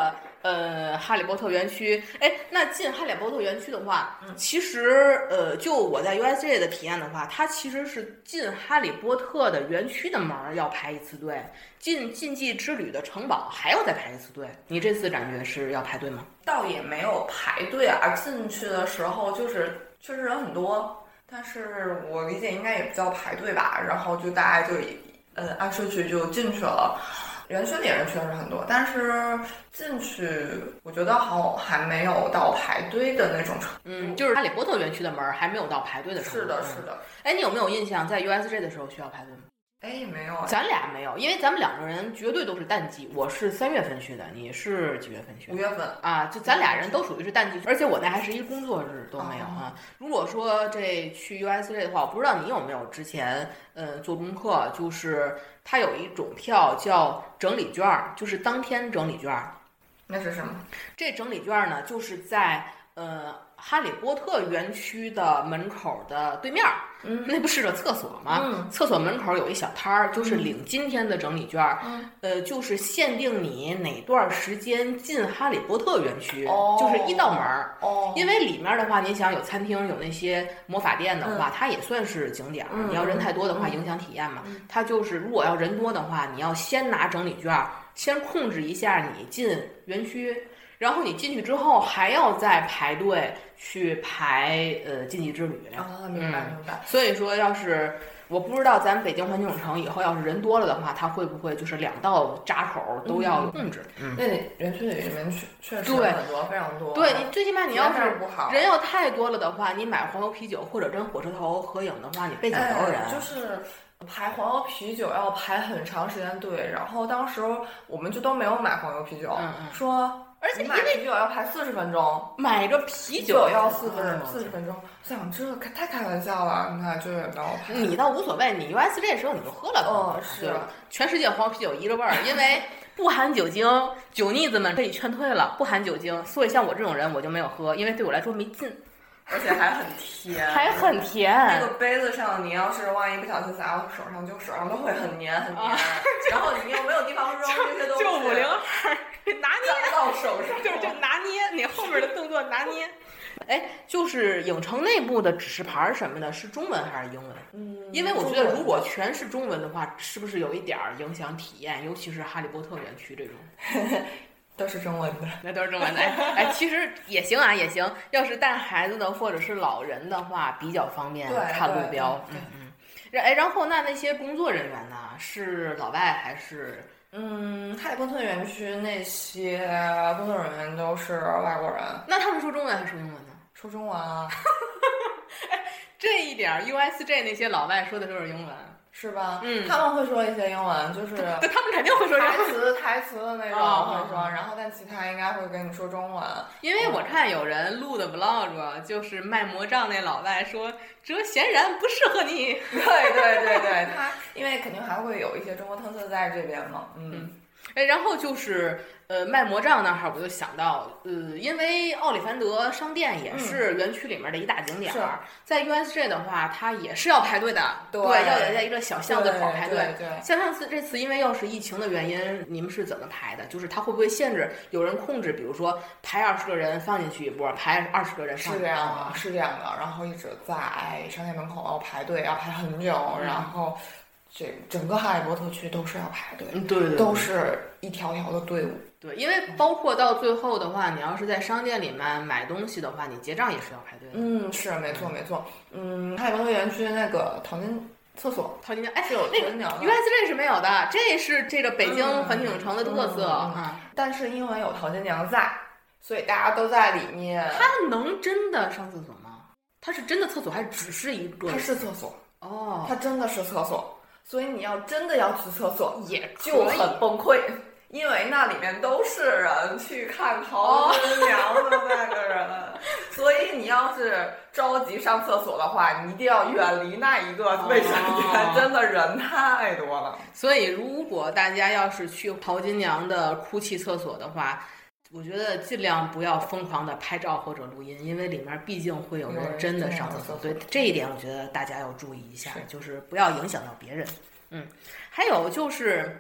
Speaker 1: 呃哈利波特园区。哎，那进哈利波特园区的话，嗯、其实呃，就我在 U S J 的体验的话，它其实是进哈利波特的园区的门要排一次队，进禁忌之旅的城堡还要再排一次队。你这次感觉是要排队吗？
Speaker 2: 倒也没有排队啊，进去的时候就是确实人很多，但是我理解应该也不叫排队吧，然后就大家就呃按顺序就进去了。园区里人确实很多，但是进去我觉得好还没有到排队的那种程度。
Speaker 1: 嗯，就是哈利波特园区的门还没有到排队的程度。
Speaker 2: 是的，是的。
Speaker 1: 哎，你有没有印象在 U S J 的时候需要排队吗？
Speaker 2: 哎，没有、啊，
Speaker 1: 咱俩没有，因为咱们两个人绝对都是淡季。我是三月份去的，你是几月份去的？
Speaker 2: 五月份
Speaker 1: 啊，就咱俩人都属于是淡季，而且我那还是一工作日都没有啊。
Speaker 2: 哦、
Speaker 1: 如果说这去 U S J 的话，我不知道你有没有之前呃做功课，就是它有一种票叫整理券，就是当天整理券。
Speaker 2: 那是什么？
Speaker 1: 这整理券呢，就是在呃哈利波特园区的门口的对面。
Speaker 2: 嗯，
Speaker 1: 那不是个厕所吗？
Speaker 2: 嗯，
Speaker 1: 厕所门口有一小摊儿，就是领今天的整理券。
Speaker 2: 嗯，
Speaker 1: 呃，就是限定你哪段时间进哈利波特园区，
Speaker 2: 哦、
Speaker 1: 就是一道门儿。
Speaker 2: 哦，
Speaker 1: 因为里面的话，你想有餐厅，有那些魔法店的话，嗯、它也算是景点。
Speaker 2: 嗯、
Speaker 1: 你要人太多的话，
Speaker 2: 嗯、
Speaker 1: 影响体验嘛。
Speaker 2: 嗯、
Speaker 1: 它就是如果要人多的话，你要先拿整理券，先控制一下你进园区。然后你进去之后还要再排队去排呃禁忌之旅
Speaker 2: 啊，明白、嗯、明白。
Speaker 1: 所以说，要是我不知道咱北京环球影城以后要是人多了的话，它会不会就是两道闸口都要控制？
Speaker 2: 嗯，那里园区里面确确实很多，非常多。
Speaker 1: 对，你最起码你要是人要太多了的话，你买黄油啤酒或者跟火车头合影的话，你背景都是人。
Speaker 2: 哎、就是排黄油啤酒要排很长时间队，然后当时我们就都没有买黄油啤酒，
Speaker 1: 嗯嗯
Speaker 2: 说。
Speaker 1: 而且
Speaker 2: 你买啤酒要排四十分钟，
Speaker 1: 买个啤酒
Speaker 2: 要四分四十分钟，我想这太开玩笑了，你看这也不要排。
Speaker 1: 你倒无所谓，你 U S J 的时候你就喝了，
Speaker 2: 哦是，
Speaker 1: 全世界黄啤酒一个味儿，因为不含酒精，酒腻子们被劝退了，不含酒精，所以像我这种人我就没有喝，因为对我来说没劲。
Speaker 2: 而且还很甜，
Speaker 1: 还很甜。
Speaker 2: 那个杯子上，你要是万一不小心洒到手上，就手上都会很黏很黏。啊、然后你又没有地方扔，这些都是
Speaker 1: 就五零二拿捏
Speaker 2: 到手上，
Speaker 1: 就就拿捏你后面的动作拿捏。哎，就是影城内部的指示牌什么的，是中文还是英文？
Speaker 2: 嗯，
Speaker 1: 因为我觉得如果全是中文的话，是不是有一点影响体验？尤其是哈利波特园区这种。
Speaker 2: 都是中文的，
Speaker 1: 那都是中文的。哎，其实也行啊，也行。要是带孩子的或者是老人的话，比较方便看路标。嗯嗯。哎，然后那那些工作人员呢，是老外还是？
Speaker 2: 嗯，哈利波特园区那些工作人员都是外国人。
Speaker 1: 那他们说中文还是说英文呢？
Speaker 2: 说中文啊。
Speaker 1: 哎，这一点 U S J 那些老外说的都是英文。
Speaker 2: 是吧？
Speaker 1: 嗯，
Speaker 2: 他们会说一些英文，就是
Speaker 1: 对，他们肯定会说
Speaker 2: 台词台词的那种
Speaker 1: 会
Speaker 2: 说，哦、然后但其他应该会跟你说中文。
Speaker 1: 因为我看有人录的 vlog， 就是卖魔杖那老外说这显然不适合你。
Speaker 2: 对对对对，他因为肯定还会有一些中国特色在这边嘛，嗯。
Speaker 1: 嗯哎，然后就是呃卖魔杖那儿，我就想到，呃，因为奥利凡德商店也是园区里面的一大景点，
Speaker 2: 嗯、
Speaker 1: 在 U S J 的话，它也是要排队的，
Speaker 2: 对，
Speaker 1: 对要在一个小巷子口排队。
Speaker 2: 对，对对
Speaker 1: 像上次这次，因为要是疫情的原因，你们是怎么排的？就是它会不会限制有人控制，比如说排二十个人放进去一波，排二十个人放进去？
Speaker 2: 是这样的，是这样的。然后一直在商店门口要排队，要排很久，
Speaker 1: 嗯、
Speaker 2: 然后。这整个哈利波特区都是要排队，
Speaker 1: 嗯，对 对, 对，
Speaker 2: 都是一条条的队伍。
Speaker 1: 对，因为包括到最后的话，你要是在商店里面买东西的话，你结账也是要排队的。
Speaker 2: 嗯，是没错没错。嗯，哈利波特园区那个淘金厕所，
Speaker 1: 淘金娘，哎，
Speaker 2: 是有
Speaker 1: 那个 U S J 是没有的，这是这个北京环球影城的特色啊、
Speaker 2: 嗯嗯嗯。但是因为有淘金娘在，所以大家都在里面。
Speaker 1: 他能真的上厕所吗？他是真的厕所，还只是一个？
Speaker 2: 他是厕所
Speaker 1: 哦，
Speaker 2: 他真的是厕所。所以你要真的要去厕所，
Speaker 1: 也
Speaker 2: 就很崩溃，因为那里面都是人去看淘金娘的那个人，哦、所以你要是着急上厕所的话，你一定要远离那一个卫生间，哦、真的人太多了。
Speaker 1: 所以如果大家要是去淘金娘的哭泣厕所的话，我觉得尽量不要疯狂的拍照或者录音，因为里面毕竟会有人真的上厕所，所以这一点我觉得大家要注意一下，是就是不要影响到别人。嗯，还有就是，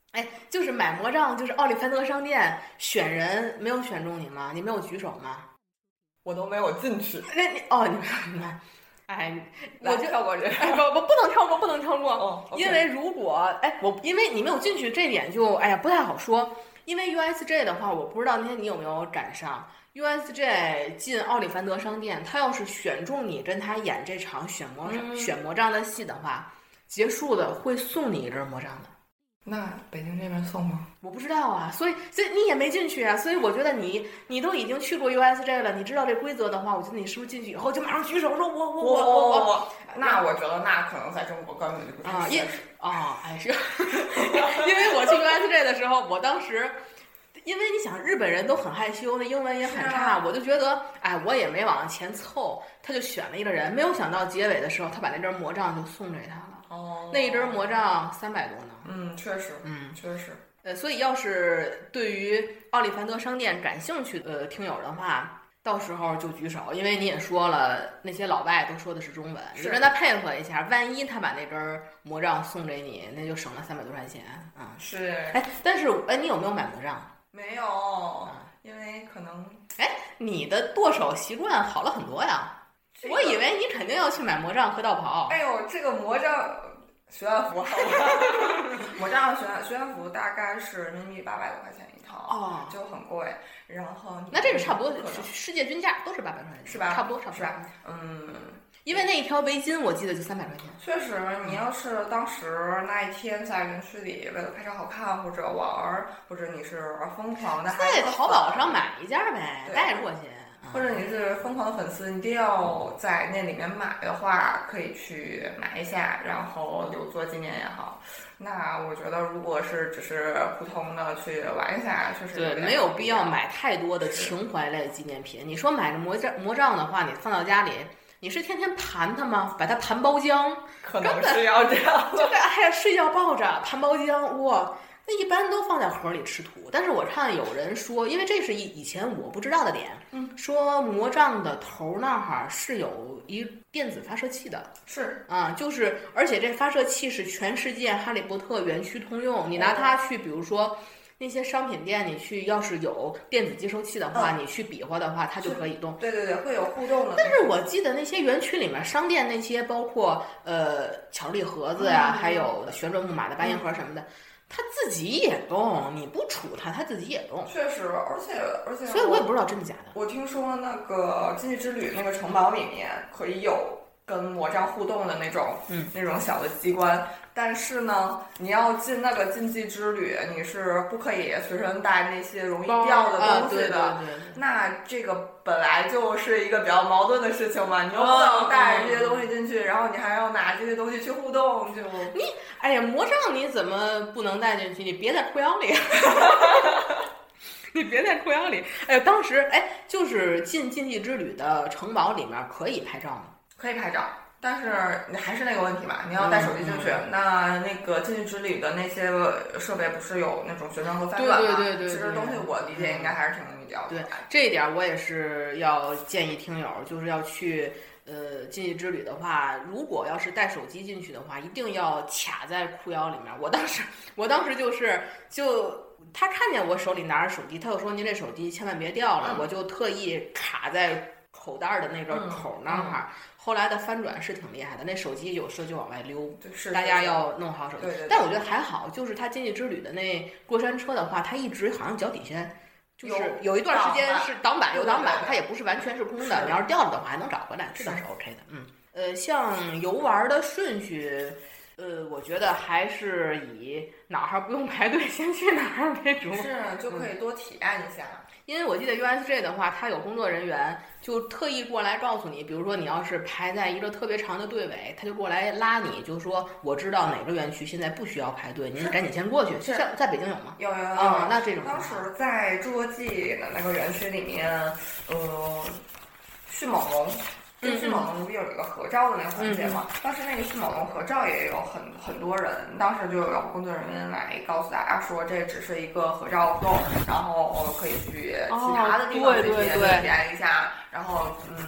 Speaker 1: 哎，就是买魔杖，就是奥利凡德商店选人没有选中你吗？你没有举手吗？
Speaker 2: 我都没有进去。
Speaker 1: 那你哦，你明白。哎，我就
Speaker 2: 跳过这，
Speaker 1: 哎，不不不能跳过，不能跳过。
Speaker 2: 哦，
Speaker 1: okay. 因为如果哎，我因为你没有进去，这点就哎呀不太好说。因为 U S J 的话，我不知道那天你有没有赶上。U S J 进奥利凡德商店，他要是选中你跟他演这场选魔、嗯、选魔杖的戏的话，结束的会送你一根魔杖的。
Speaker 2: 那北京这边送吗？
Speaker 1: 我不知道啊，所以所以你也没进去啊，所以我觉得你你都已经去过 U S J 了，你知道这规则的话，我觉得你是不是进去以后就马上举手说我我我我我我？
Speaker 2: 那我觉得那可能在中国根本就不是现实
Speaker 1: 啊，哎是，因为我去 U S J 的时候，我当时。因为你想，日本人都很害羞，那英文也很差，
Speaker 2: 啊、
Speaker 1: 我就觉得，哎，我也没往前凑，他就选了一个人，没有想到结尾的时候，他把那根魔杖就送给他了。
Speaker 2: 哦，
Speaker 1: 那一根魔杖三百多呢。
Speaker 2: 嗯，确实，
Speaker 1: 嗯，
Speaker 2: 确实。
Speaker 1: 呃，所以要是对于奥利凡德商店感兴趣的听友的话，到时候就举手，因为你也说了，那些老外都说的是中文，你跟他配合一下，万一他把那根魔杖送给你，那就省了三百多块钱啊。
Speaker 2: 是。
Speaker 1: 哎，但是哎，你有没有买魔杖？
Speaker 2: 没有，因为可能，
Speaker 1: 哎，你的剁手习惯好了很多呀。这个、我以为你肯定要去买魔杖和道袍。
Speaker 2: 哎呦，这个魔杖学院服好吧？魔杖学院学院服大概是人民币八百多块钱一套，
Speaker 1: 哦，
Speaker 2: 就很贵。然后
Speaker 1: 那这个差不多，世界均价都是八百块钱，
Speaker 2: 是吧？
Speaker 1: 差不多，差不多。
Speaker 2: 是吧？嗯。
Speaker 1: 因为那一条围巾我记得就三百块钱。
Speaker 2: 确实，你要是当时那一天在园区里为了拍照好看，或者玩，或者你是疯狂的，
Speaker 1: 在淘宝上买一件呗，带过去。
Speaker 2: 或者你是疯狂的粉丝，一定要在那里面买的话，可以去买一下，然后留作纪念也好。那我觉得，如果是只是普通的去玩一下，确实
Speaker 1: 对，没有必要买太多的情怀类纪念品。你说买个魔杖魔杖的话，你放到家里。你是天天盘它吗？把它盘包浆，
Speaker 2: 可能是要这样。
Speaker 1: 就在哎呀，睡觉抱着盘包浆，哇，那一般都放在盒里吃土。但是我看有人说，因为这是以以前我不知道的点，嗯，说魔杖的头那儿是有一电子发射器的，
Speaker 2: 是
Speaker 1: 啊，就是而且这发射器是全世界哈利波特园区通用，你拿它去，比如说。那些商品店，你去要是有电子接收器的话，嗯、你去比划的话，它就可以动。
Speaker 2: 对对对，会有互动的。
Speaker 1: 但是我记得那些园区里面，商店那些包括呃巧克力盒子呀、啊，嗯、还有旋转木马的白银盒什么的，它、嗯、自己也动，你不杵它，它自己也动。
Speaker 2: 确实，而且而且，
Speaker 1: 所以我也不知道真的假的。
Speaker 2: 我听说那个《禁忌之旅》那个城堡里面可以有跟魔杖互动的那种，
Speaker 1: 嗯，
Speaker 2: 那种小的机关。但是呢，你要进那个禁忌之旅，你是不可以随身带那些容易掉的东西的。
Speaker 1: 啊、对对对对
Speaker 2: 那这个本来就是一个比较矛盾的事情嘛，你又不能带这些东西进去，嗯、然后你还要拿这些东西去互动，就
Speaker 1: 你哎呀，魔杖你怎么不能带进去？你别在裤腰里。你别在裤腰里。哎，当时哎，就是进禁忌之旅的城堡里面可以拍照吗？
Speaker 2: 可以拍照。但是你还是那个问题嘛，你要带手机进去，嗯、那那个禁忌之旅的那些设备不是有那种旋转和翻转吗？
Speaker 1: 对对对对，
Speaker 2: 其实东西我理解应该还是挺容易掉的。
Speaker 1: 对，这一点我也是要建议听友，就是要去呃禁忌之旅的话，如果要是带手机进去的话，一定要卡在裤腰里面。我当时我当时就是就。他看见我手里拿着手机，他就说：“您这手机千万别掉了。嗯”我就特意卡在口袋的那个口那儿。
Speaker 2: 嗯嗯、
Speaker 1: 后来的翻转是挺厉害的，那手机有时候就往外溜。
Speaker 2: 是
Speaker 1: 大家要弄好手机。
Speaker 2: 对对对，
Speaker 1: 但我觉得还好，就是他禁忌之旅的那过山车的话，它一直好像脚底下就是有一段时间是挡板，有挡板，它也不是完全是空的。你要是掉了的话，还能找回来，这倒是 OK 的。嗯，呃，像游玩的顺序。呃，我觉得还是以哪儿不用排队，先去哪儿为主。
Speaker 2: 是，就可以多体验一下。
Speaker 1: 嗯、因为我记得 U S J 的话，它有工作人员就特意过来告诉你，比如说你要是排在一个特别长的队尾，他就过来拉你，就说我知道哪个园区现在不需要排队，您赶紧先过去。
Speaker 2: 是，
Speaker 1: 像在北京有吗？
Speaker 2: 有有有。
Speaker 1: 啊、嗯，那这种
Speaker 2: 当时在侏罗纪的那个园区里面，呃，迅猛龙。跟迅猛龙不有一个合照的那个环节嘛？当时那个迅猛龙合照也有很很多人，当时就有工作人员来告诉大家说，这只是一个合照活动，然后可以去其他的地方去体验一下，然后嗯排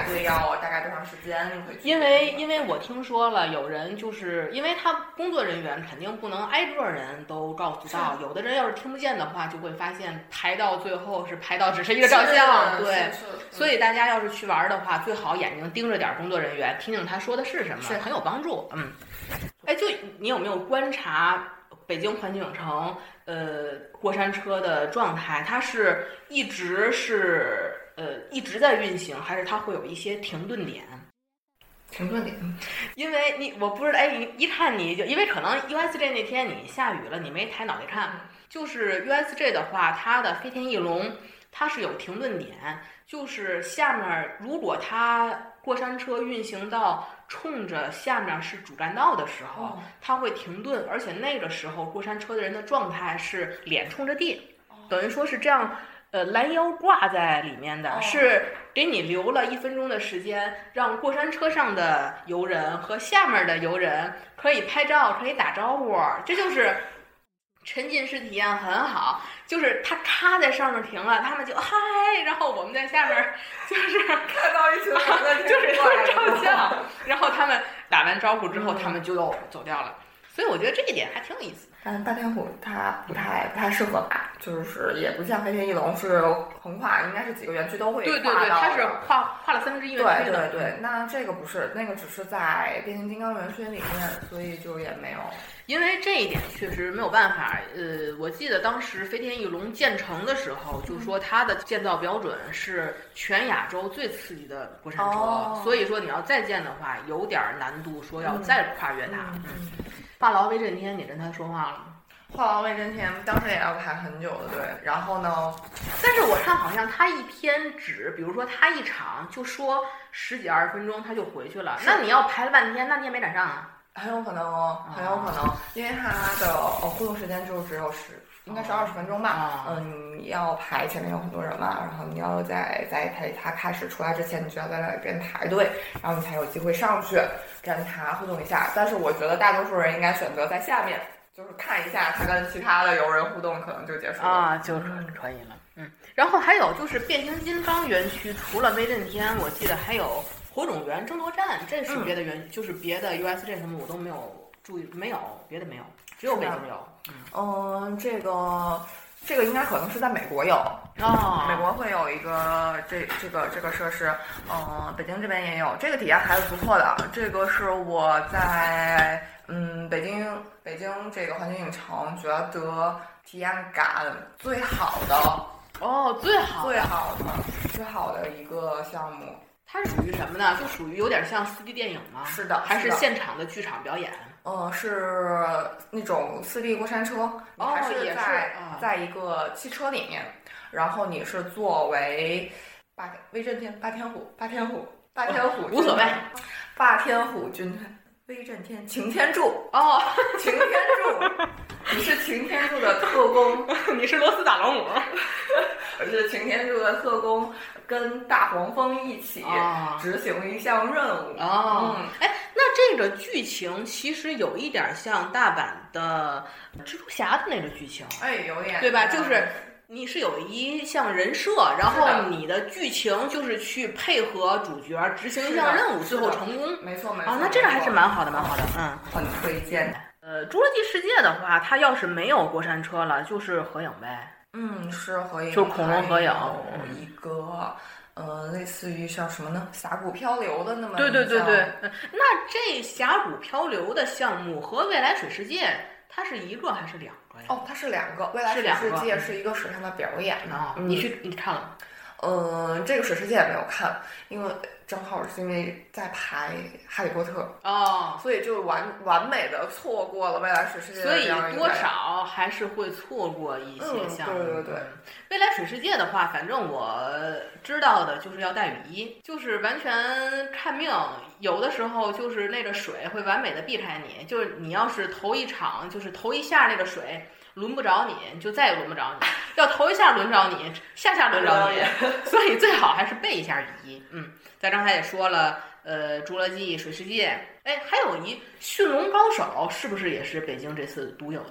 Speaker 2: 队要大概多长时间可以？
Speaker 1: 因为因为我听说了，有人就是因为他工作人员肯定不能挨个人都告诉到，有的人要是听不见的话，就会发现排到最后是排到只是一个照相，对，所以大家要是去玩的话，最好眼睛盯着点工作人员，听听他说的是什么，是很有帮助。嗯，哎，就你有没有观察北京环球影城呃过山车的状态？它是一直是呃一直在运行，还是它会有一些停顿点？
Speaker 2: 停顿点，
Speaker 1: 因为你我不知道，哎，一看你就因为可能 U S J 那天你下雨了，你没抬脑袋看。就是 U S J 的话，它的飞天翼龙它是有停顿点，就是下面如果它过山车运行到冲着下面是主干道的时候，哦、它会停顿，而且那个时候过山车的人的状态是脸冲着地，哦、等于说是这样。呃，拦腰挂在里面的、哦、是给你留了一分钟的时间，让过山车上的游人和下面的游人可以拍照，可以打招呼，这就是沉浸式体验很好。就是他咔在上面停了，他们就嗨，然后我们在下面就是
Speaker 2: 看到一群人在
Speaker 1: 就是照相，然后他们打完招呼之后，他们就又走掉了。所以我觉得这一点还挺有意思。
Speaker 2: 但是霸天虎它不太不太适合吧，就是也不像飞天翼龙是横跨，应该是几个园区都会跨到的。
Speaker 1: 对对对，它是跨跨了三分之一园区
Speaker 2: 的。对对对，那这个不是，那个只是在变形金刚园区里面，所以就也没有。
Speaker 1: 因为这一点确实没有办法。呃，我记得当时飞天翼龙建成的时候，就说它的建造标准是全亚洲最刺激的过山车，哦、所以说你要再建的话，有点难度，说要再跨越它。嗯。嗯嗯话痨威震天，你跟他说话了吗？
Speaker 2: 话痨威震天当时也要排很久的队，然后呢？
Speaker 1: 但是我看好像他一天只，比如说他一场就说十几二十分钟他就回去了，那你要排了半天，那你也没赶上啊。
Speaker 2: 很有可能哦，很有可能，哦、因为他的哦互动时间就只有十，应该是二十分钟吧。哦、嗯，你要排前面有很多人嘛，然后你要在在他他开始出来之前，你就要在那边排队，然后你才有机会上去跟他互动一下。但是我觉得大多数人应该选择在下面，就是看一下他跟其他的游人互动，可能就结束了
Speaker 1: 啊，就是可以了。嗯，然后还有就是变形金刚园区，除了威震天，我记得还有火种源争夺战，这是别的园，嗯、就是别的 U S J 什么我都没有注意，没有别的没有，只有北京有。
Speaker 2: 嗯，嗯这个。这个应该可能是在美国有
Speaker 1: 哦，
Speaker 2: 美国会有一个这这个这个设施，嗯，北京这边也有，这个体验还是不错的。这个是我在嗯北京北京这个环球影城觉得体验感最好的
Speaker 1: 哦，最好
Speaker 2: 最好的最好的一个项目。
Speaker 1: 它是属于什么呢？就属于有点像 四 D 电影吗？
Speaker 2: 是的，
Speaker 1: 还是现场的剧场表演？
Speaker 2: 呃，是那种四 D 过山车，你还是在、哦嗯、在一个汽车里面，然后你是作为霸威震天、霸天虎、霸天虎、霸天虎、
Speaker 1: 哦、无所谓，
Speaker 2: 霸天虎军团、威震天、擎天柱
Speaker 1: 哦，
Speaker 2: 擎天柱，你是擎天柱的特工，
Speaker 1: 你是螺丝打老母，
Speaker 2: 我是擎天柱的特工，跟大黄蜂一起执行一项任务
Speaker 1: 哦。嗯，哎。那这个剧情其实有一点像大阪的蜘蛛侠的那个剧情，
Speaker 2: 哎，有点，
Speaker 1: 对吧？就是你是有一项人设，然后你的剧情就是去配合主角执行一项任务，最后成功。
Speaker 2: 没错没错。
Speaker 1: 啊，那这个还是蛮好的，蛮好的，嗯，
Speaker 2: 很推荐。
Speaker 1: 呃，侏罗纪世界的话，它要是没有过山车了，就是合影呗。
Speaker 2: 嗯，是合影，
Speaker 1: 就恐龙合影，
Speaker 2: 一个。呃，类似于像什么呢？峡谷漂流的那么
Speaker 1: 对对对对，嗯，那这峡谷漂流的项目和未来水世界，它是一个还是两个呀？
Speaker 2: 哦，它是两个。未来水世界是一个水上的表演
Speaker 1: 啊、嗯，你去你看了吗？
Speaker 2: 呃，这个水世界也没有看，因为正好是因为在排哈利波特
Speaker 1: 哦，
Speaker 2: 所以就完完美的错过了未来水世界的这样一个，
Speaker 1: 所以多少还是会错过一些项目。
Speaker 2: 嗯、对对对，
Speaker 1: 未来水世界的话，反正我知道的就是要带雨衣，就是完全看命。有的时候就是那个水会完美的避开你，就是你要是头一场，就是头一下那个水。轮不着你，就再也轮不着你。要头一下轮着你，下下轮着你，所以最好还是备一下雨衣。嗯，咱刚才也说了，呃，侏罗纪、水世界，哎，还有一驯龙高手，是不是也是北京这次独有的呀？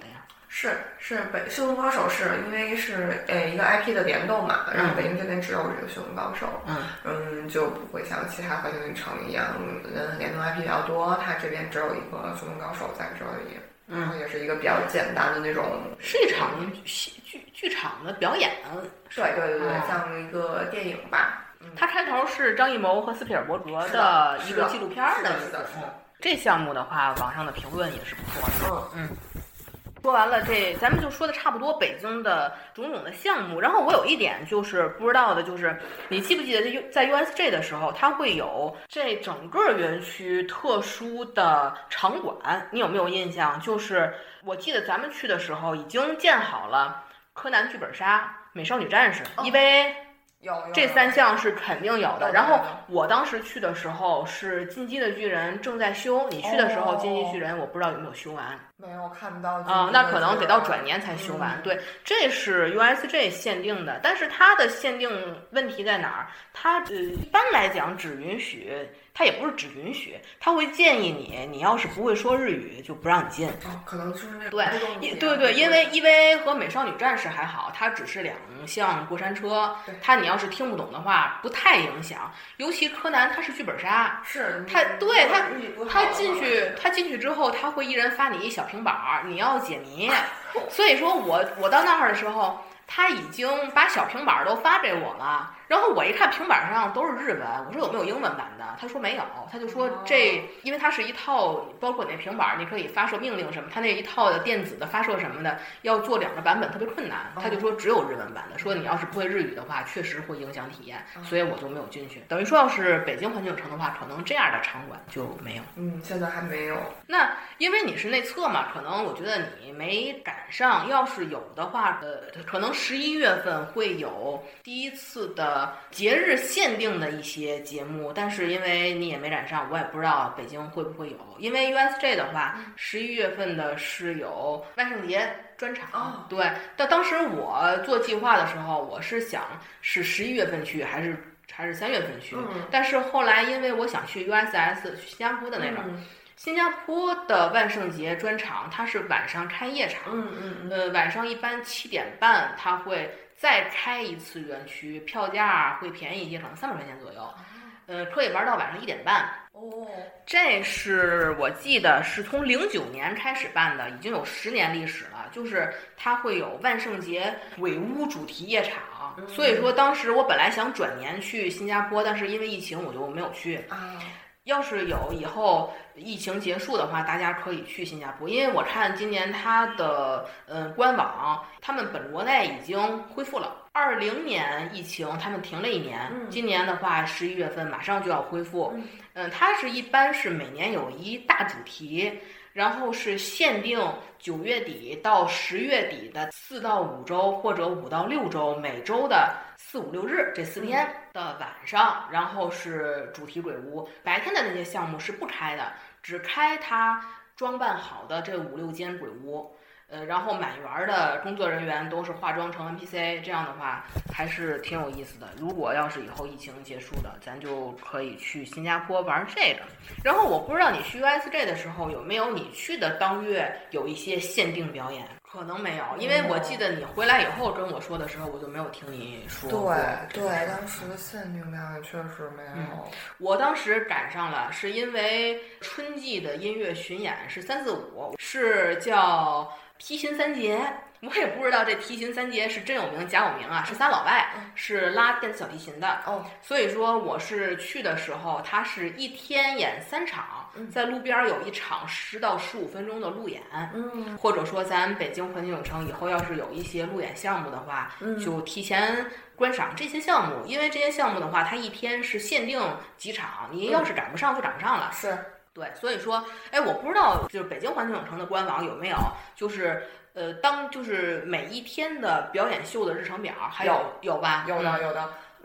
Speaker 2: 是是北《驯龙高手》是因为是呃一个 I P 的联动嘛，然后北京这边只有这个《驯龙高手》，
Speaker 1: 嗯
Speaker 2: 嗯，就不会像其他环球影城一样，嗯，联动 I P 比较多，它这边只有一个《驯龙高手》在这里，
Speaker 1: 嗯，
Speaker 2: 然后也是一个比较简单的那种，
Speaker 1: 是一场戏剧剧场的表演，
Speaker 2: 对对对对，
Speaker 1: 哦、
Speaker 2: 像一个电影吧。
Speaker 1: 它开头是张艺谋和斯皮尔伯格的一个纪录片的意思。这项目的话，网上的评论也是不错的。嗯嗯。说完了这，咱们就说的差不多北京的种种的项目。然后我有一点就是不知道的，就是你记不记得在 U S J 的时候，它会有这整个园区特殊的场馆，你有没有印象？就是我记得咱们去的时候已经建好了柯南剧本杀、美少女战士、E V A。
Speaker 2: 有
Speaker 1: 这三项是肯定有的。然后我当时去的时候是进击的巨人正在修，你去的时候进击巨人我不知道有没有修完。
Speaker 2: 没有看到
Speaker 1: 啊、呃，那可能得到转年才修完。嗯、对，这是 U S J 限定的，但是它的限定问题在哪儿？它呃一般来讲只允许，它也不是只允许，它会建议你，你要是不会说日语就不让你进。
Speaker 2: 哦，可能就是那
Speaker 1: 对，对对，因为 E V A 和美少女战士还好，它只是两项过山车，它你要是听不懂的话不太影响。尤其柯南它是剧本杀，
Speaker 2: 是
Speaker 1: 它对它它进去它进去之后，它会一人发你一小平板儿，你要解谜。所以说我我到那儿的时候，他已经把小平板都发给我了，然后我一看平板上都是日文，我说有没有英文版的？他说没有，他就说这因为它是一套，包括你那平板你可以发射命令什么，他那一套的电子的发射什么的要做两个版本特别困难，他就说只有日文版的，说你要是不会日语的话，确实会影响体验，所以我就没有进去。等于说要是北京环球影城的话，可能这样的场馆就没有。
Speaker 2: 嗯，现在还没有。
Speaker 1: 那因为你是内测嘛，可能我觉得你没赶上，要是有的话，呃，可能十一月份会有第一次的节日限定的一些节目，但是因为你也没赶上，我也不知道北京会不会有。因为 U S J 的话，十一月份的是有万圣节专场，
Speaker 2: 哦、
Speaker 1: 对。但当时我做计划的时候，我是想是十一月份去还是还是三月份去，
Speaker 2: 嗯、
Speaker 1: 但是后来因为我想去 U S S 去新加坡的那个。
Speaker 2: 嗯
Speaker 1: 新加坡的万圣节专场，它是晚上开夜场，
Speaker 2: 嗯嗯嗯，
Speaker 1: 呃，晚上一般七点半，它会再开一次园区，票价会便宜一些，可能三百块钱左右，呃，可以玩到晚上一点半。
Speaker 2: 哦，
Speaker 1: 这是我记得是从零九年开始办的，已经有十年历史了。就是它会有万圣节鬼屋主题夜场，
Speaker 2: 嗯、
Speaker 1: 所以说当时我本来想转年去新加坡，但是因为疫情我就没有去
Speaker 2: 啊。
Speaker 1: 要是有以后疫情结束的话，大家可以去新加坡，因为我看今年它的呃官网，他们本国内已经恢复了。二零年疫情他们停了一年，
Speaker 2: 嗯、
Speaker 1: 今年的话十一月份马上就要恢复。
Speaker 2: 嗯、
Speaker 1: 呃，它是一般是每年有一大主题，然后是限定九月底到十月底的四到五周或者五到六周，每周的四五六日这四天的晚上，然后是主题鬼屋。白天的那些项目是不开的，只开它装扮好的这五六间鬼屋。呃，然后满园的工作人员都是化妆成 N P C， 这样的话还是挺有意思的。如果要是以后疫情结束的，咱就可以去新加坡玩这个。然后我不知道你去 U S J 的时候有没有你去的当月有一些限定表演，可能没有，因为我记得你回来以后跟我说的时候，我就没有听你说过。
Speaker 2: 对对，当时的限定表演确实没有、嗯。
Speaker 1: 我当时赶上了，是因为春季的音乐巡演是三四五，是叫提琴三杰，我也不知道这提琴三杰是真有名假有名啊，是仨老外，是拉电子小提琴的。
Speaker 2: 哦，
Speaker 1: 所以说我是去的时候，他是一天演三场，在路边有一场十到十五分钟的路演。
Speaker 2: 嗯，
Speaker 1: 或者说咱北京环球影城以后要是有一些路演项目的话，
Speaker 2: 嗯、
Speaker 1: 就提前观赏这些项目，因为这些项目的话，它一天是限定几场，你要是赶不上就赶不上了。
Speaker 2: 是。
Speaker 1: 对，所以说，哎，我不知道，就是北京环球影城的官网有没有，就是呃，当就是每一天的表演秀的日程表，还有
Speaker 2: 有
Speaker 1: 有吧？
Speaker 2: 有的有的，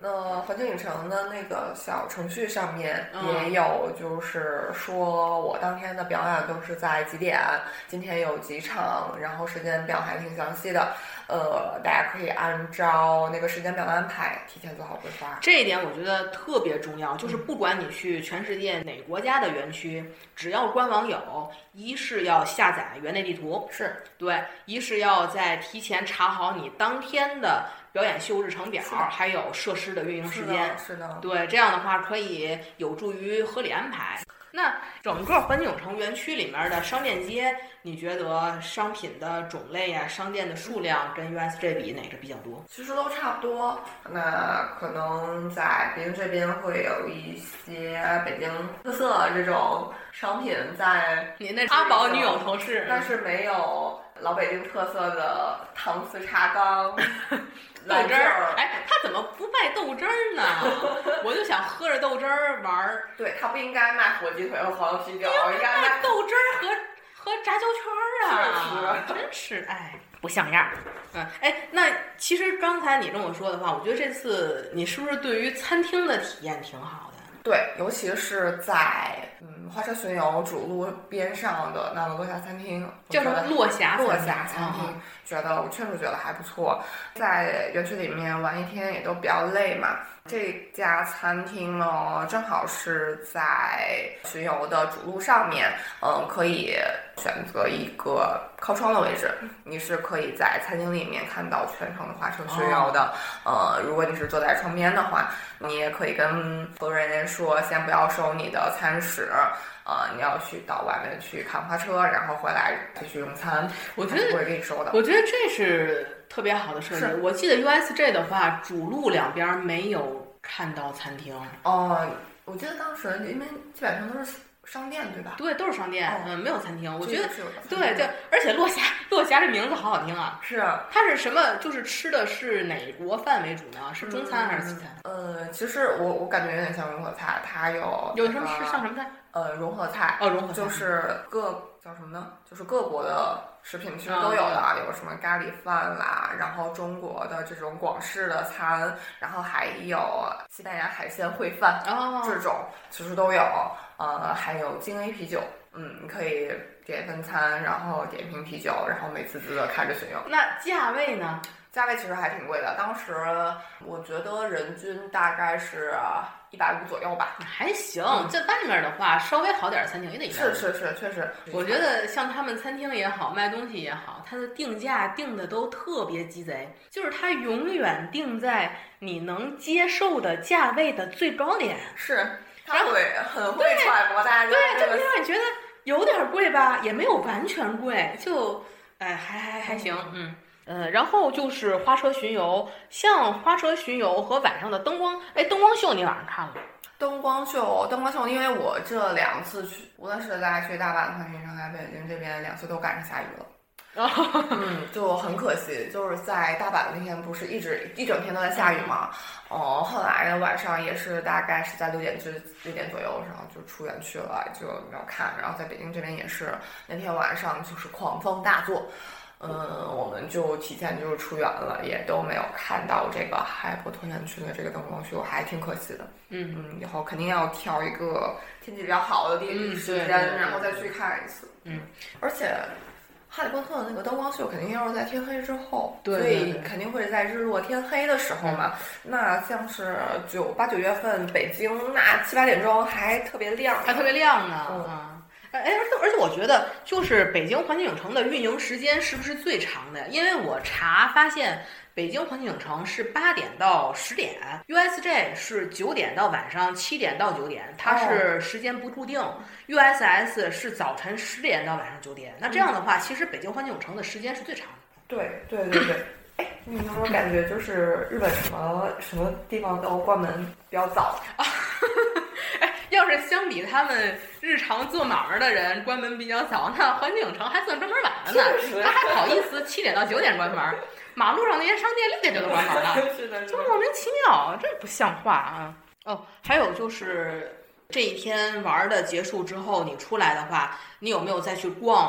Speaker 2: 那环球影城的那个小程序上面也有，就是说我当天的表演都是在几点，今天有几场，然后时间表还挺详细的。呃，大家可以按照那个时间表的安排提前做好规划。
Speaker 1: 这一点我觉得特别重要，就是不管你去全世界哪个国家的园区，只要官网有，一是要下载园内地图，
Speaker 2: 是
Speaker 1: 对，一是要在提前查好你当天的表演秀日程表，还有设施的运营时间。
Speaker 2: 是的，是的，
Speaker 1: 对，这样的话可以有助于合理安排。那整个环球影城园区里面的商店街，你觉得商品的种类啊，商店的数量跟 U S J 比哪个比较多？
Speaker 2: 其实都差不多。那可能在北京这边会有一些北京特色这种商品在
Speaker 1: 你那阿宝女友头饰，
Speaker 2: 但是没有老北京特色的搪瓷茶缸。
Speaker 1: 豆汁儿，哎，他怎么不卖豆汁儿呢？我就想喝着豆汁儿玩儿。
Speaker 2: 对，他不应该卖火鸡腿和黄油啤酒，应该
Speaker 1: 卖豆汁儿和和炸椒圈儿
Speaker 2: 啊！
Speaker 1: 真是哎，不像样。嗯，哎，那其实刚才你这么说的话，我觉得这次你是不是对于餐厅的体验挺好的？
Speaker 2: 对，尤其是在嗯花车巡游主路边上的那个落霞餐厅，
Speaker 1: 叫什么落霞
Speaker 2: 落霞餐厅，嗯、觉得我确实觉得还不错。在园区里面玩一天也都比较累嘛，这家餐厅呢正好是在巡游的主路上面，嗯，可以选择一个靠窗的位置，你是可以在餐厅里面看到全程的花车巡游的。哦、呃，如果你是坐在窗边的话，你也可以跟服务人员说，先不要收你的餐食，呃，你要去到外面去看花车，然后回来继续用餐。
Speaker 1: 我觉得
Speaker 2: 不会给你收的。
Speaker 1: 我觉得这是特别好的设计。我记得 U S J 的话，主路两边没有看到餐厅。
Speaker 2: 哦，我记得当时因为基本上都是商店，对吧？
Speaker 1: 对，都是商店，
Speaker 2: 哦、
Speaker 1: 嗯，没有餐厅。我觉得
Speaker 2: 是
Speaker 1: 对，就而且落霞落霞这名字好好听啊。
Speaker 2: 是啊，
Speaker 1: 它是什么？就是吃的是哪国饭为主呢？是中餐还是西餐？
Speaker 2: 嗯、呃，其实我我感觉有点像融合菜，它有
Speaker 1: 有什么是像什么菜？
Speaker 2: 呃，融合菜
Speaker 1: 哦，融合菜
Speaker 2: 就是各叫什么呢？就是各国的食品其实都有的，哦、有什么咖喱饭啦，然后中国的这种广式的餐，然后还有西班牙海鲜烩饭，
Speaker 1: 哦，
Speaker 2: 这种其实都有。呃，还有京 A 啤酒，嗯，你可以点分餐，然后点一瓶啤酒，然后美滋滋的看着巡游。
Speaker 1: 那价位呢？
Speaker 2: 价位其实还挺贵的，当时我觉得人均大概是一百五左右吧，
Speaker 1: 还行。在外面的话，稍微好点的餐厅也得一百五。
Speaker 2: 是是是，确实。
Speaker 1: 我觉得像他们餐厅也好，卖东西也好，它的定价定的都特别鸡贼，就是它永远定在你能接受的价位的最高点。
Speaker 2: 是。他会很会揣摩大家，
Speaker 1: 对，就会让你觉得有点贵吧，也没有完全贵，就哎还还还行，嗯呃，然后就是花车巡游，像花车巡游和晚上的灯光，哎，灯光秀你晚上看了吗？
Speaker 2: 灯光秀，灯光秀，因为我这两次去，无论是在去大阪、环球影城还是北京这边，两次都赶上下雨了。嗯，就很可惜，就是在大阪那天不是一直一整天都在下雨嘛，哦、嗯，后来晚上也是大概是在六点至六点左右，然后就出园去了，就没有看。然后在北京这边也是那天晚上就是狂风大作，嗯，我们就提前就是出园了，也都没有看到这个海波托园区的这个灯光秀，还挺可惜的。
Speaker 1: 嗯
Speaker 2: 嗯，以后肯定要挑一个天气比较好的地时间、嗯，然后再去看一次。
Speaker 1: 嗯，
Speaker 2: 而且。哈利波特的那个灯光秀肯定要是在天黑之后，
Speaker 1: 对
Speaker 2: 所以肯定会在日落天黑的时候嘛。嗯、那像是九八九月份北京，那七八点钟还特别亮，
Speaker 1: 还特别亮呢。
Speaker 2: 嗯，
Speaker 1: 哎，而且而且我觉得，就是北京环球影城的运营时间是不是最长的？因为我查发现。北京环球影城是八点到十点 ，U S J 是九点到晚上七点到九点，它是时间不固定。Oh. U S S 是早晨十点到晚上九点。那这样的话，其实北京环球影城的时间是最长的。
Speaker 2: 对对对对。哎，你有没有感觉就是日本什么什么地方都关门比较早
Speaker 1: 啊？哎，要是相比他们日常做买卖的人关门比较早，那环球影城还算专门晚了呢。他还好意思七点到九点关门。马路上那些商店六点就都关门了，
Speaker 2: 是的，
Speaker 1: 就莫名其妙，这不像话啊！哦，还有就是这一天玩的结束之后，你出来的话，你有没有再去逛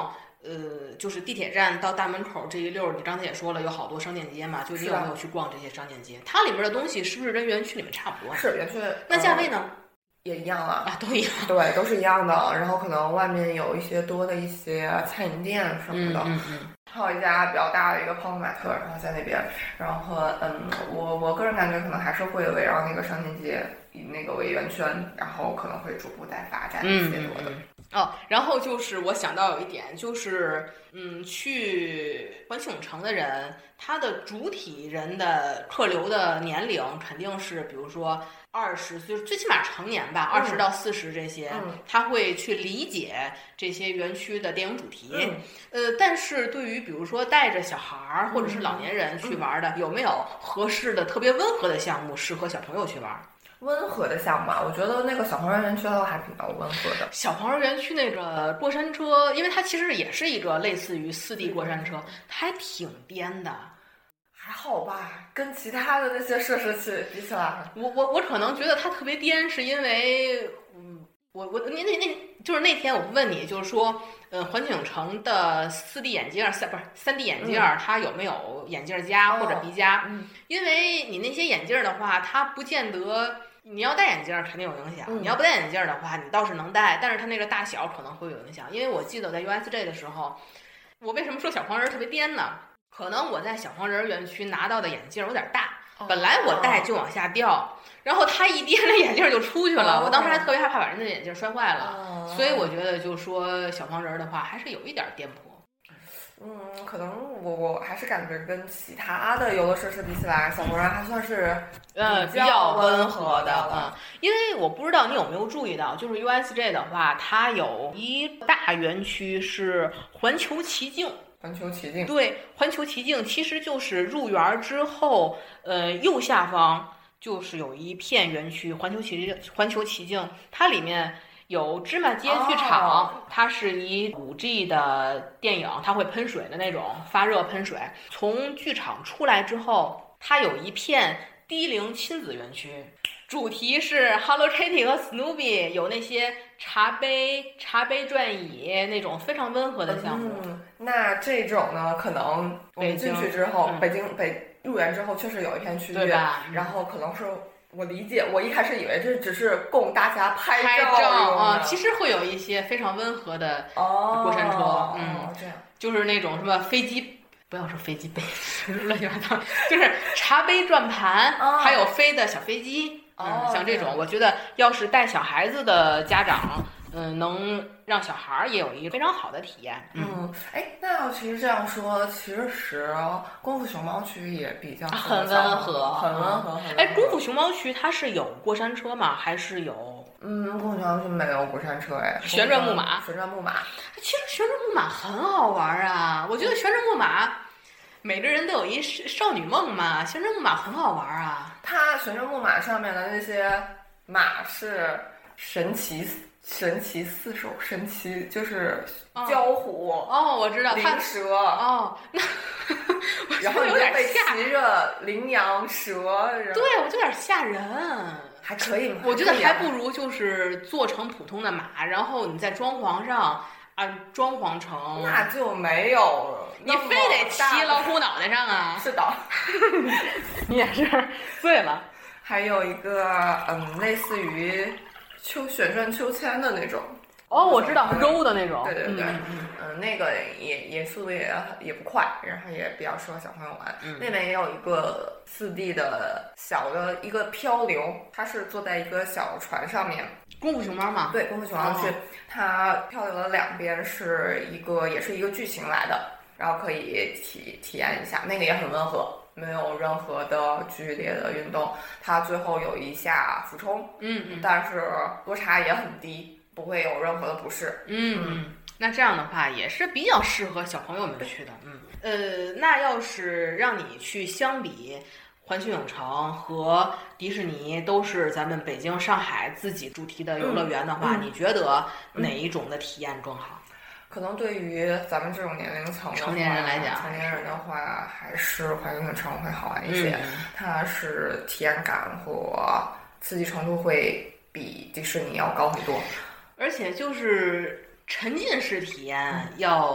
Speaker 1: 呃，就是地铁站到大门口这一溜儿，你刚才也说了有好多商店街嘛，就你有没有去逛这些商店街？它里面的东西是不是跟园区里面差不多？
Speaker 2: 是园区。
Speaker 1: 那价位呢？
Speaker 2: 呃也一样啊，
Speaker 1: 啊，都一样，
Speaker 2: 对，都是一样的。然后可能外面有一些多的一些餐饮店什么的，
Speaker 1: 嗯嗯嗯，
Speaker 2: 还有一家比较大的一个泡泡玛特，然后在那边。然后嗯，我我个人感觉可能还是会围绕那个商店街以那个为圆圈，然后可能会逐步再发展一些多的。
Speaker 1: 嗯嗯嗯哦，然后就是我想到有一点，就是嗯，去环球影城的人，他的主体人的客流的年龄肯定是，比如说二十，就是最起码成年吧，二十到四十这些，
Speaker 2: 嗯、
Speaker 1: 他会去理解这些园区的电影主题。
Speaker 2: 嗯、
Speaker 1: 呃，但是对于比如说带着小孩儿或者是老年人去玩的，
Speaker 2: 嗯、
Speaker 1: 有没有合适的、特别温和的项目适合小朋友去玩？
Speaker 2: 温和的项目啊，我觉得那个小黄人园区的话还比较温和的。
Speaker 1: 小黄人园区那个过山车，因为它其实也是一个类似于四 D 过山车，它还挺颠的。
Speaker 2: 还好吧，跟其他的那些设施起比起来，
Speaker 1: 我我我可能觉得它特别颠，是因为，嗯，我我那那那就是那天我问你，就是说，呃，环球影城的四 D 眼镜三不是三 D 眼镜，嗯、它有没有眼镜夹或者鼻夹？
Speaker 2: 哦嗯、
Speaker 1: 因为你那些眼镜的话，它不见得。你要戴眼镜肯定有影响，
Speaker 2: 嗯、
Speaker 1: 你要不戴眼镜的话，你倒是能戴，但是它那个大小可能会有影响。因为我记得我在 U S J 的时候，我为什么说小黄人特别颠呢？可能我在小黄人园区拿到的眼镜有点大，
Speaker 2: 哦、
Speaker 1: 本来我戴就往下掉，然后它一跌，那眼镜就出去了。
Speaker 2: 哦、
Speaker 1: 我当时还特别害怕把人家眼镜摔坏了，
Speaker 2: 哦、
Speaker 1: 所以我觉得就说小黄人的话还是有一点颠簸。
Speaker 2: 嗯，可能我我还是感觉跟其他的游乐设施比起来，小黄人还算是
Speaker 1: 呃比较温和的啊、嗯。因为我不知道你有没有注意到，就是 U S J 的话，它有一大园区是环球奇境。
Speaker 2: 环球奇境
Speaker 1: 对，环球奇境其实就是入园之后，呃，右下方就是有一片园区，环球奇境，环球奇境，它里面。有芝麻街剧场，哦、它是一 五 G 的电影，它会喷水的那种，发热喷水。从剧场出来之后，它有一片低龄亲子园区，主题是 Hello Kitty 和 Snoopy， 有那些茶杯、茶杯转椅那种非常温和的项目。
Speaker 2: 嗯，那这种呢，可能我们进去之后，
Speaker 1: 嗯、
Speaker 2: 北京北入园之后确实有一片区域，
Speaker 1: 对吧？
Speaker 2: 然后可能是。我理解，我一开始以为这只是供大家拍
Speaker 1: 照啊、
Speaker 2: 嗯，
Speaker 1: 其实会有一些非常温和的过山车，
Speaker 2: 哦、
Speaker 1: 嗯，
Speaker 2: 这样，
Speaker 1: 就是那种什么飞机，不要说飞机杯，乱七八糟，就是茶杯转盘，
Speaker 2: 哦、
Speaker 1: 还有飞的小飞机，
Speaker 2: 哦、
Speaker 1: 嗯，像这种，我觉得要是带小孩子的家长。嗯，能让小孩儿也有一个非常好的体验。
Speaker 2: 嗯，哎，那其实这样说，其实功夫熊猫区也比较、
Speaker 1: 啊、很温和，
Speaker 2: 很温和。
Speaker 1: 哎，功夫熊猫区它是有过山车吗？还是有？
Speaker 2: 嗯，功夫熊猫区没有过山车哎。
Speaker 1: 旋转木马，
Speaker 2: 旋转木马。
Speaker 1: 其实旋转木马很好玩啊！我觉得旋转木马，每个人都有一少女梦嘛。旋转木马很好玩啊。
Speaker 2: 它旋转木马上面的那些马是神奇。神奇四手，神奇就是焦虎
Speaker 1: 哦，哦我知道，
Speaker 2: 灵蛇
Speaker 1: 哦，那
Speaker 2: 然后有点被骑着羚羊蛇，
Speaker 1: 对我就有点吓人，
Speaker 2: 还可以吗？
Speaker 1: 我觉得还不如就是做成普通的马，然后你再装潢上啊，装潢成
Speaker 2: 那就没有，
Speaker 1: 你非得骑老虎脑袋上啊？
Speaker 2: 是的，
Speaker 1: 你也是醉了。
Speaker 2: 还有一个嗯，类似于。秋旋转秋千的那种
Speaker 1: 哦，我知道揉的那种，
Speaker 2: 对对对，
Speaker 1: 嗯，
Speaker 2: 嗯嗯那个也也速度也也不快，然后也比较适合小朋友玩。
Speaker 1: 嗯、
Speaker 2: 那边也有一个四 D 的小的一个漂流，它是坐在一个小船上面。
Speaker 1: 功夫熊猫嘛，
Speaker 2: 对，功夫熊猫区，哦、它漂流的两边是一个也是一个剧情来的，然后可以体体验一下，那个也很温和。没有任何的剧烈的运动，它最后有一下俯冲，
Speaker 1: 嗯嗯，
Speaker 2: 但是落差也很低，不会有任何的不适，
Speaker 1: 嗯嗯，那这样的话也是比较适合小朋友们去的，嗯呃，那要是让你去相比环球影城和迪士尼都是咱们北京、上海自己主题的游乐园的话，
Speaker 2: 嗯嗯、
Speaker 1: 你觉得哪一种的体验更好？
Speaker 2: 可能对于咱们这种年龄层的
Speaker 1: 成年人来讲，
Speaker 2: 成年人的话，还是环球影城会好玩一些。
Speaker 1: 嗯、
Speaker 2: 它是体验感和刺激程度会比迪士尼要高很多，
Speaker 1: 而且就是沉浸式体验要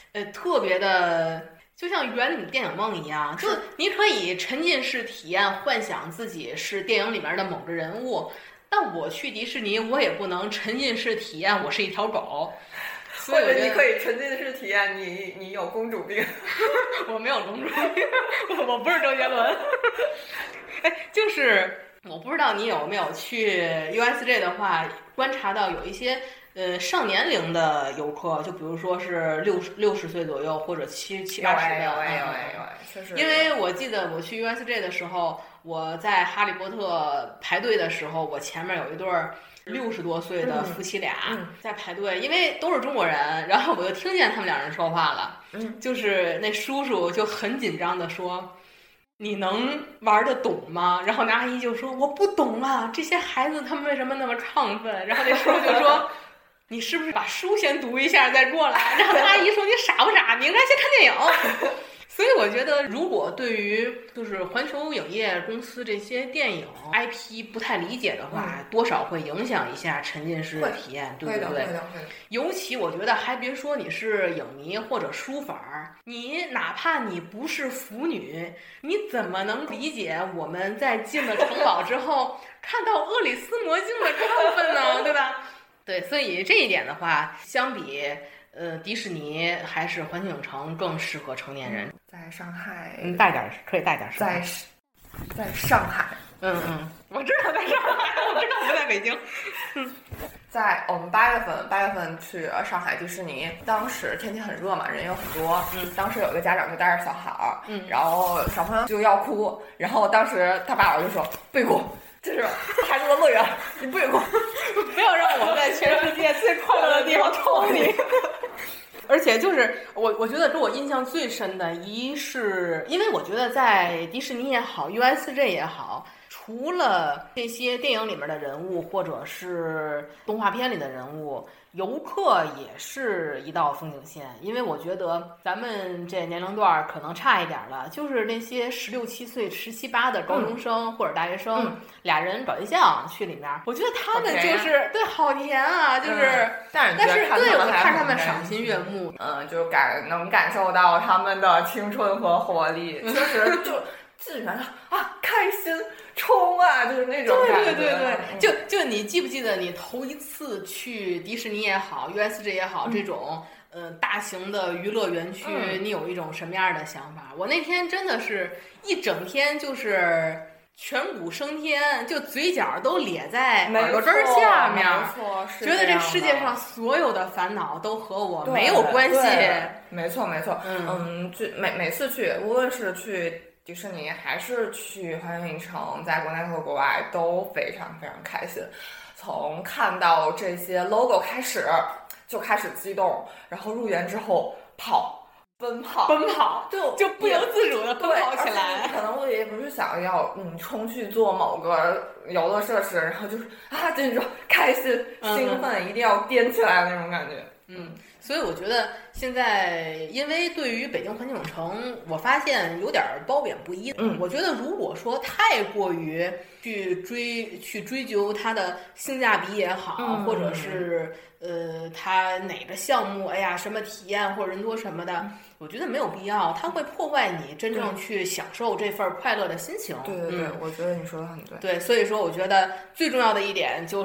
Speaker 1: 呃，特别的。就像圆你电影梦一样，就你可以沉浸式体验，幻想自己是电影里面的某个人物。但我去迪士尼，我也不能沉浸式体验我是一条狗。
Speaker 2: 或者你可以沉浸式体验你你有公主病。
Speaker 1: 我没有公主病，我不是周杰伦。哎，就是我不知道你有没有去 U S J 的话，观察到有一些。呃，上年龄的游客，就比如说是六十六十岁左右，或者七七八十的，
Speaker 2: 有哎有哎有哎，确实。
Speaker 1: 因为我记得我去 U S J 的时候，我在哈利波特排队的时候，我前面有一对儿六十多岁的夫妻俩在排队，因为都是中国人，然后我就听见他们两人说话了，
Speaker 2: 嗯，
Speaker 1: 就是那叔叔就很紧张的说。你能玩得懂吗？然后那阿姨就说我不懂啊，这些孩子他们为什么那么亢奋？然后那叔叔就说。你是不是把书先读一下再过来？然后阿姨说你傻不傻？你应该先看电影。所以我觉得，如果对于就是环球影业公司这些电影 I P 不太理解的话，
Speaker 2: 嗯、
Speaker 1: 多少会影响一下沉浸式的体验，对不对？
Speaker 2: 会的，会的，会的。
Speaker 1: 尤其我觉得，还别说你是影迷或者书粉儿，你哪怕你不是腐女，你怎么能理解我们在进了城堡之后看到厄里斯魔镜的亢奋呢？对吧？对，所以这一点的话，相比呃迪士尼还是环球影城更适合成年人。
Speaker 2: 在上海，
Speaker 1: 嗯，带点可以带点。
Speaker 2: 在在上海，
Speaker 1: 嗯嗯，我知道在上海，我知道不在北京。嗯，
Speaker 2: 在我们八月份八月份去上海迪士尼，当时天气很热嘛，人又很多。
Speaker 1: 嗯，
Speaker 2: 当时有个家长就带着小孩儿，
Speaker 1: 嗯，
Speaker 2: 然后小朋友就要哭，然后当时他爸爸就说：“别哭。”这是孩子的乐园，你不许哭，
Speaker 1: 不要让我们在全世界最快乐的地方宠你。而且就是我，我觉得给我印象最深的，一是因为我觉得在迪士尼也好 ，U S J 也好，除了这些电影里面的人物，或者是动画片里的人物。游客也是一道风景线，因为我觉得咱们这年龄段可能差一点了，就是那些十六七岁、十七八的高中生或者大学生，
Speaker 2: 嗯、
Speaker 1: 俩人找对象去里面，我觉得他们就是对好甜啊，就是，嗯、
Speaker 2: 但是
Speaker 1: 但是对我
Speaker 2: 看
Speaker 1: 他们赏心悦目，
Speaker 2: 嗯，就感能感受到他们的青春和活力，确实就自然啊开心。冲啊，就是那种感觉。
Speaker 1: 对对对对，嗯、就就你记不记得你头一次去迪士尼也好 ，U S J 也好，
Speaker 2: 嗯、
Speaker 1: 这种呃大型的娱乐园区，
Speaker 2: 嗯、
Speaker 1: 你有一种什么样的想法？我那天真的是一整天就是颧骨升天，就嘴角都咧在耳朵根儿下面，
Speaker 2: 没错，是
Speaker 1: 觉得这世界上所有的烦恼都和我没有关系。
Speaker 2: 没错没错，
Speaker 1: 嗯
Speaker 2: 嗯，去每每次去，无论是去。迪士尼还是去环球影城，在国内和国外都非常非常开心。从看到这些 logo 开始就开始激动，然后入园之后跑、奔跑、
Speaker 1: 奔跑，
Speaker 2: 就
Speaker 1: 就不由自主的奔跑起来。
Speaker 2: 可能我也不是想要嗯冲去做某个游乐设施，然后就是啊这种开心、兴奋，嗯、一定要颠起来的那种感觉。
Speaker 1: 嗯。所以我觉得现在，因为对于北京环球影城，我发现有点褒贬不一。
Speaker 2: 嗯，
Speaker 1: 我觉得如果说太过于去追去追究它的性价比也好，
Speaker 2: 嗯、
Speaker 1: 或者是呃它哪个项目，哎呀什么体验或者人多什么的，
Speaker 2: 嗯、
Speaker 1: 我觉得没有必要，它会破坏你真正去享受这份快乐的心情。
Speaker 2: 对对对，嗯、我觉得你说的很对。
Speaker 1: 对，所以说我觉得最重要的一点就是。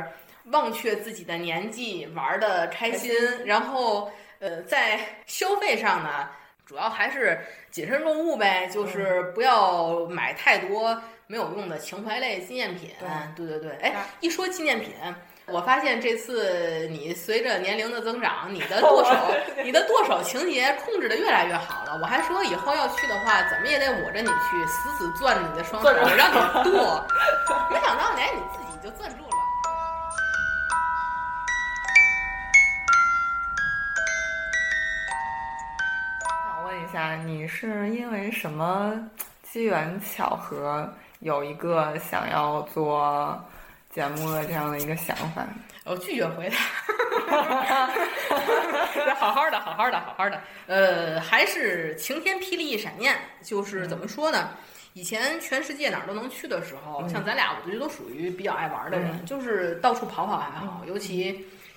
Speaker 1: 忘却自己的年纪，玩的开心，然后呃，在消费上呢，主要还是谨慎购物呗，就是不要买太多没有用的情怀类纪念品。对对对，哎，一说纪念品，我发现这次你随着年龄的增长，你的剁手，你的剁手情节控制的越来越好了。我还说以后要去的话，怎么也得我着你去，死死攥着你的双手，让你剁。没想到连你自己就攥住了。
Speaker 2: 一下，你是因为什么机缘巧合有一个想要做节目的这样的一个想法？
Speaker 1: 我拒绝回答。好好的，好好的，好好的。呃，还是晴天霹雳一闪念，就是怎么说呢？以前全世界哪儿都能去的时候，
Speaker 2: 嗯、
Speaker 1: 像咱俩，我觉得都属于比较爱玩的人，
Speaker 2: 嗯、
Speaker 1: 就是到处跑跑还好，嗯、尤其。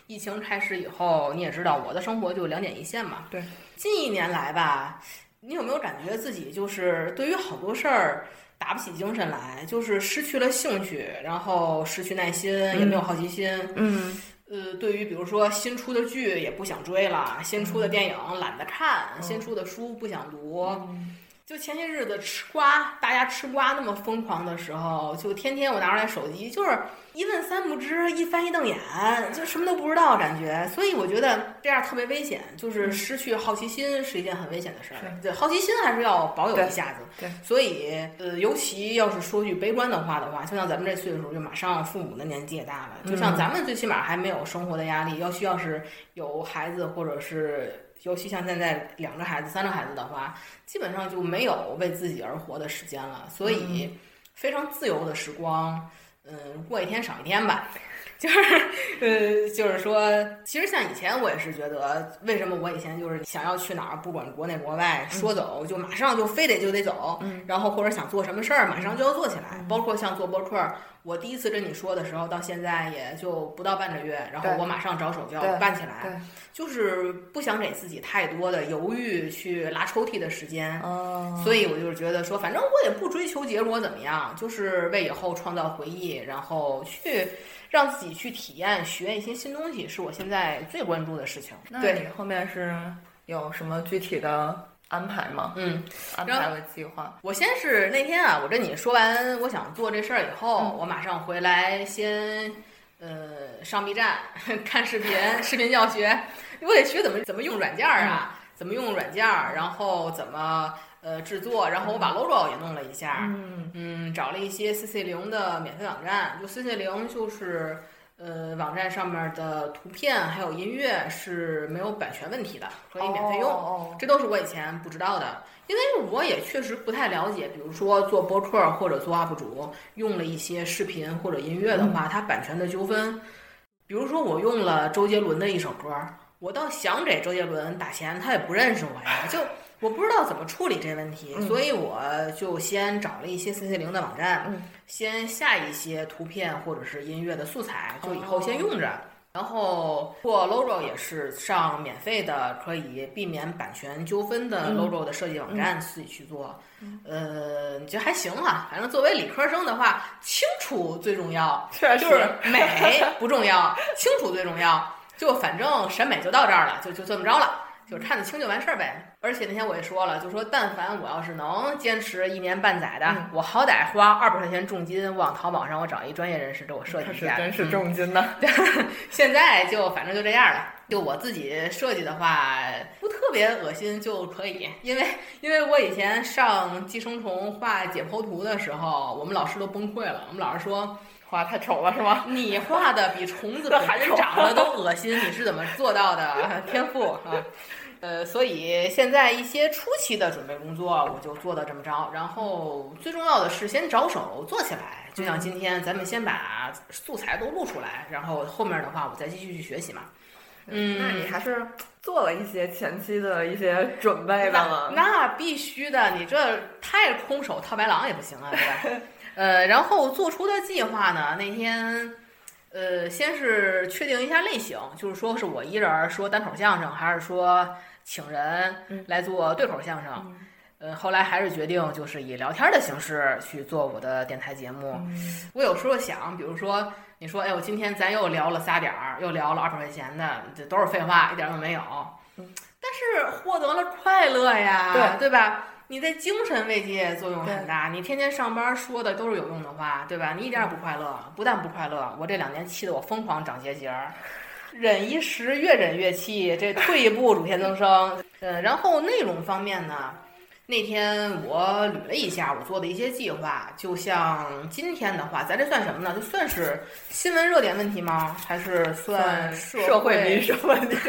Speaker 1: 疫情开始以后，你也知道我的生活就两点一线嘛。
Speaker 2: 对，
Speaker 1: 近一年来吧，你有没有感觉自己就是对于好多事儿打不起精神来，就是失去了兴趣，然后失去耐心，
Speaker 2: 嗯、
Speaker 1: 也没有好奇心。
Speaker 2: 嗯。
Speaker 1: 呃，对于比如说新出的剧也不想追了，新出的电影懒得看，嗯、新出的书不想读。
Speaker 2: 嗯
Speaker 1: 就前些日子吃瓜，大家吃瓜那么疯狂的时候，就天天我拿出来手机，就是一问三不知，一翻一瞪眼，就什么都不知道感觉。所以我觉得这样特别危险，就是失去好奇心是一件很危险的事儿。对，好奇心还是要保有一下子。
Speaker 2: 对，
Speaker 1: 所以呃，尤其要是说句悲观的话的话，就像咱们这岁数，就马上父母的年纪也大了，就像咱们最起码还没有生活的压力，要需要是有孩子或者是。尤其像现在两个孩子、三个孩子的话，基本上就没有为自己而活的时间了，所以非常自由的时光，嗯，过一天少一天吧。就是呃，就是说，其实像以前我也是觉得，为什么我以前就是想要去哪儿，不管国内国外，说走就马上就非得就得走，
Speaker 2: 嗯，
Speaker 1: 然后或者想做什么事儿，马上就要做起来。包括像做播客，我第一次跟你说的时候，到现在也就不到半个月，然后我马上着手就要办起来，就是不想给自己太多的犹豫去拉抽屉的时间。
Speaker 2: 哦，
Speaker 1: 所以我就是觉得说，反正我也不追求结果怎么样，就是为以后创造回忆，然后去。让自己去体验、学一些新东西，是我现在最关注的事情。
Speaker 2: 那你后面是有什么具体的安排吗？
Speaker 1: 嗯，
Speaker 2: 安排了计划。
Speaker 1: 我先是那天啊，我跟你说完我想做这事儿以后，嗯、我马上回来先呃上 B 站看视频，视频教学，我得学怎么怎么用软件啊，嗯、怎么用软件，然后怎么。呃，制作，然后我把 logo 也弄了一下，
Speaker 2: 嗯
Speaker 1: 嗯，找了一些 C C 零的免费网站，就 C C 零就是呃网站上面的图片还有音乐是没有版权问题的，可以免费用，
Speaker 2: 哦、
Speaker 1: 这都是我以前不知道的，因为我也确实不太了解，比如说做播客或者做 U P 主用了一些视频或者音乐的话，嗯、它版权的纠纷，比如说我用了周杰伦的一首歌，我倒想给周杰伦打钱，他也不认识我呀，就。我不知道怎么处理这问题，
Speaker 2: 嗯、
Speaker 1: 所以我就先找了一些 C C 零的网站，
Speaker 2: 嗯、
Speaker 1: 先下一些图片或者是音乐的素材，就以后先用着。哦、然后做 logo 也是上免费的，可以避免版权纠纷的 logo 的设计网站自己去做。
Speaker 2: 嗯、
Speaker 1: 呃，就还行哈，反正作为理科生的话，清楚最重要，
Speaker 2: 确实
Speaker 1: 就是美不重要，清楚最重要。就反正审美就到这儿了，就就这么着了。就看得清就完事儿呗。而且那天我也说了，就说但凡我要是能坚持一年半载的，
Speaker 2: 嗯、
Speaker 1: 我好歹花二百块钱重金往淘宝上我找一专业人士给我设计一下。
Speaker 2: 真是重金呢、
Speaker 1: 嗯。现在就反正就这样了。就我自己设计的话，不特别恶心就可以，因为因为我以前上寄生虫画解剖图的时候，我们老师都崩溃了。我们老师说。
Speaker 2: 画太丑了是吗？
Speaker 1: 你画的比虫子本人长得都恶心，你是怎么做到的？天赋啊！呃，所以现在一些初期的准备工作，我就做到这么着。然后最重要的是先着手做起来。就像今天咱们先把素材都录出来，然后后面的话我再继续去学习嘛。嗯，
Speaker 2: 那你还是做了一些前期的一些准备的嘛？
Speaker 1: 那, 那必须的，你这太空手套白狼也不行啊，对吧？呃，然后做出的计划呢，那天，呃，先是确定一下类型，就是说是我一人说单口相声，还是说请人来做对口相声。
Speaker 2: 嗯、
Speaker 1: 呃，后来还是决定就是以聊天的形式去做我的电台节目。
Speaker 2: 嗯、
Speaker 1: 我有时候想，比如说你说，哎，我今天咱又聊了仨点儿，又聊了二百块钱的，这都是废话，一点都没有。
Speaker 2: 嗯、
Speaker 1: 但是获得了快乐呀，
Speaker 2: 对
Speaker 1: 对吧？你在精神慰藉作用很大，你天天上班说的都是有用的话，对吧？你一点也不快乐，不但不快乐，我这两年气得我疯狂长结节，忍一时越忍越气，这退一步乳腺增生。呃，然后内容方面呢，那天我捋了一下我做的一些计划，就像今天的话，咱这算什么呢？就算是新闻热点问题吗？还是算
Speaker 2: 社会民生问题？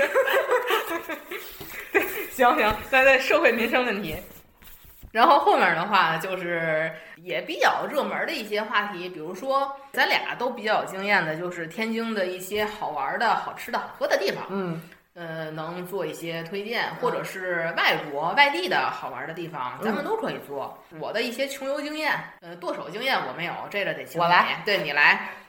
Speaker 1: 对，行行，咱在社会民生问题。然后后面的话就是也比较热门的一些话题，比如说咱俩都比较有经验的，就是天津的一些好玩的好吃的好喝的地方，
Speaker 2: 嗯，
Speaker 1: 呃，能做一些推荐，或者是外国外地的好玩的地方，咱们都可以做。我的一些穷游经验，呃，剁手经验我没有，这个得请你，
Speaker 2: 我来，
Speaker 1: 对你来。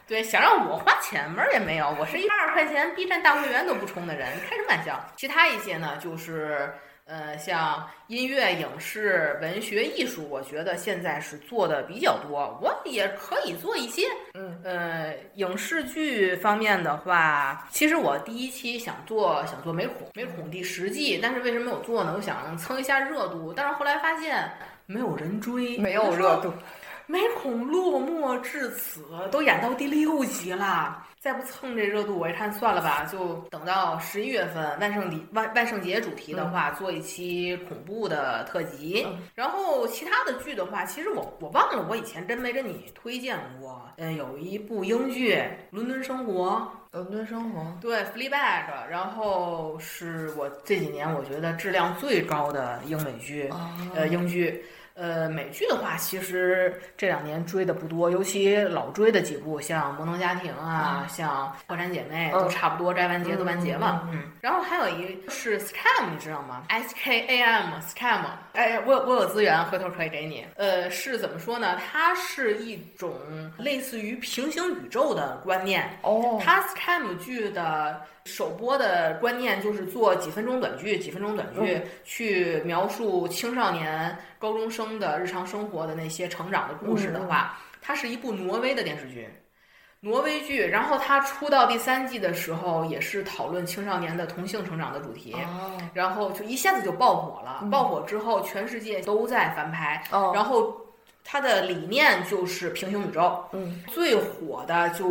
Speaker 1: 对，想让我花钱门儿也没有，我是一二十块钱 B 站大会员都不充的人，开什么玩笑？其他一些呢，就是呃，像音乐、影视、文学、艺术，我觉得现在是做的比较多，我也可以做一些。
Speaker 2: 嗯，
Speaker 1: 呃，影视剧方面的话，其实我第一期想做想做美恐，美恐第十季，但是为什么没有做呢？我想蹭一下热度，但是后来发现没有人追，
Speaker 2: 没有热度。
Speaker 1: 美恐落寞至此，都演到第六集了，再不蹭这热度，我一看算了吧，就等到十一月份万圣节万万圣节主题的话，嗯、做一期恐怖的特辑。嗯、然后其他的剧的话，其实我我忘了，我以前真没跟你推荐过。嗯，有一部英剧《伦敦生活》。
Speaker 2: 伦敦生活
Speaker 1: 对 Fleabag， 然后是我这几年我觉得质量最高的英美剧，哦、呃，英剧。呃，美剧的话，其实这两年追的不多，尤其老追的几部，像《摩登家庭》啊，嗯、像《破产姐妹》都差不多摘完节都完结了。嗯，嗯然后还有一个是 Scam， 你知道吗 ？S K A M Scam， 哎，我有我有资源，回头可以给你。呃，是怎么说呢？它是一种类似于平行宇宙的观念。哦，它 Scam 剧的首播的观念就是做几分钟短剧，几分钟短剧、嗯、去描述青少年、高中生的日常生活的那些成长的故事的话，嗯、它是一部挪威的电视剧，挪威剧。然后它出到第三季的时候，也是讨论青少年的同性成长的主题，哦、然后就一下子就爆火了。嗯、爆火之后，全世界都在翻拍，哦、然后它的理念就是平行宇宙。嗯，最火的就是。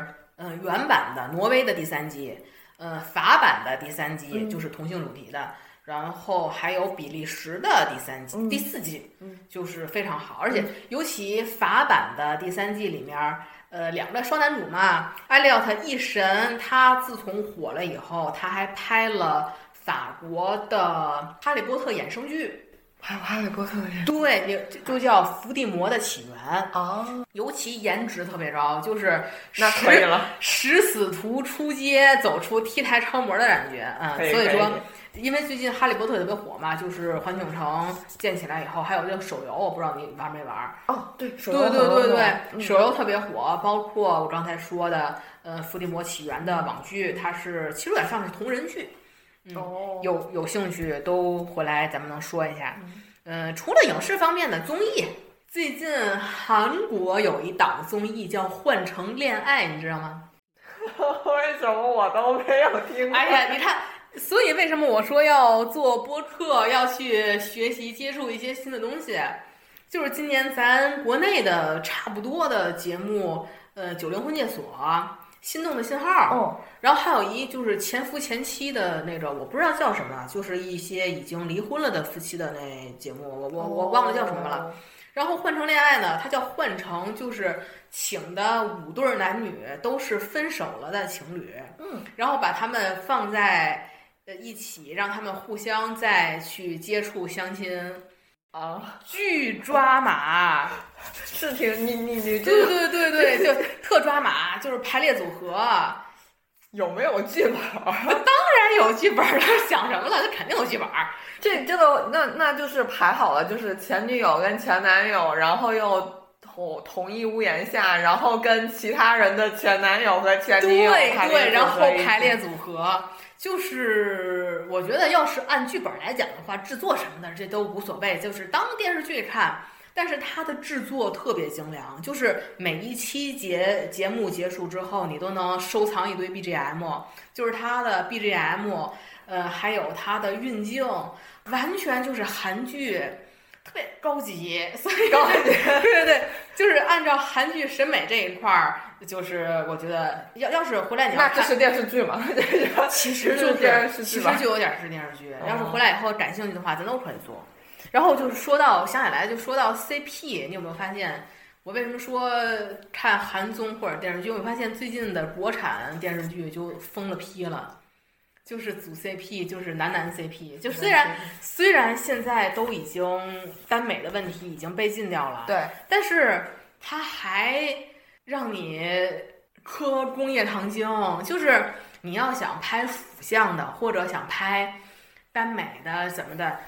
Speaker 1: 嗯、呃，原版的挪威的第三季，呃，法版的第三季、嗯、就是同性主题的，然后还有比利时的第三季、嗯、第四季，嗯，就是非常好，而且尤其法版的第三季里面，呃，两个双男主嘛，艾利奥特一神，他自从火了以后，他还拍了法国的《哈利波特》衍生剧。
Speaker 2: 还有哈利波特的人，
Speaker 1: 对，就叫伏地魔的起源哦，尤其颜值特别高，就是
Speaker 2: 那可以了，
Speaker 1: 食死徒出街走出 T 台超模的感觉，嗯，所以说，因为最近哈利波特特别火嘛，就是环球影城建起来以后，还有这个手游，我不知道你玩没玩？
Speaker 2: 哦，对，手游
Speaker 1: 对对对对，嗯、手游特别火，包括我刚才说的，呃，伏地魔起源的网剧，它是其实有点像是同人剧。嗯，哦、有有兴趣都回来，咱们能说一下。嗯、呃，除了影视方面的综艺，最近韩国有一档综艺叫《换乘恋爱》，你知道吗？
Speaker 2: 为什么我都没有听过？
Speaker 1: 哎呀，你看，所以为什么我说要做播客，要去学习接触一些新的东西？就是今年咱国内的差不多的节目，呃，《九零婚介所》。心动的信号，哦，然后还有一就是前夫前妻的那个，我不知道叫什么，就是一些已经离婚了的夫妻的那节目，我我我忘了叫什么了。哦、然后换乘恋爱呢，它叫换乘，就是请的五对男女都是分手了的情侣，嗯，然后把他们放在呃一起，让他们互相再去接触相亲。啊，巨抓马，
Speaker 2: 是挺你你你
Speaker 1: 对对对对，就特抓马，就是排列组合，
Speaker 2: 有没有剧本？当
Speaker 1: 然有剧本了，想什么了？这肯定有剧本。
Speaker 2: 这这个那那就是排好了，就是前女友跟前男友，然后又同同一屋檐下，然后跟其他人的前男友和前女友
Speaker 1: 对对，然后排列组合。就是我觉得，要是按剧本来讲的话，制作什么的这都无所谓，就是当电视剧看。但是它的制作特别精良，就是每一期节节目结束之后，你都能收藏一堆 B G M， 就是它的 B G M， 呃，还有它的运镜，完全就是韩剧。特别高级，所以高级，对对对，就是按照韩剧审美这一块儿，就是我觉得要要是回来你要
Speaker 2: 那这是电视剧嘛？
Speaker 1: 其实
Speaker 2: 就是电视剧，
Speaker 1: 其实就有点是电视剧。要是回来以后感兴趣的话，咱都可以做。然后就是说到想起来就说到 C P， 你有没有发现？我为什么说看韩综或者电视剧？我发现最近的国产电视剧就疯了批了。就是组 C P， 就是男男 C P， 就虽然虽然现在都已经耽美的问题已经被禁掉了，
Speaker 2: 对，
Speaker 1: 但是它还让你磕工业糖精，就是你要想拍腐向的或者想拍耽美的怎么的，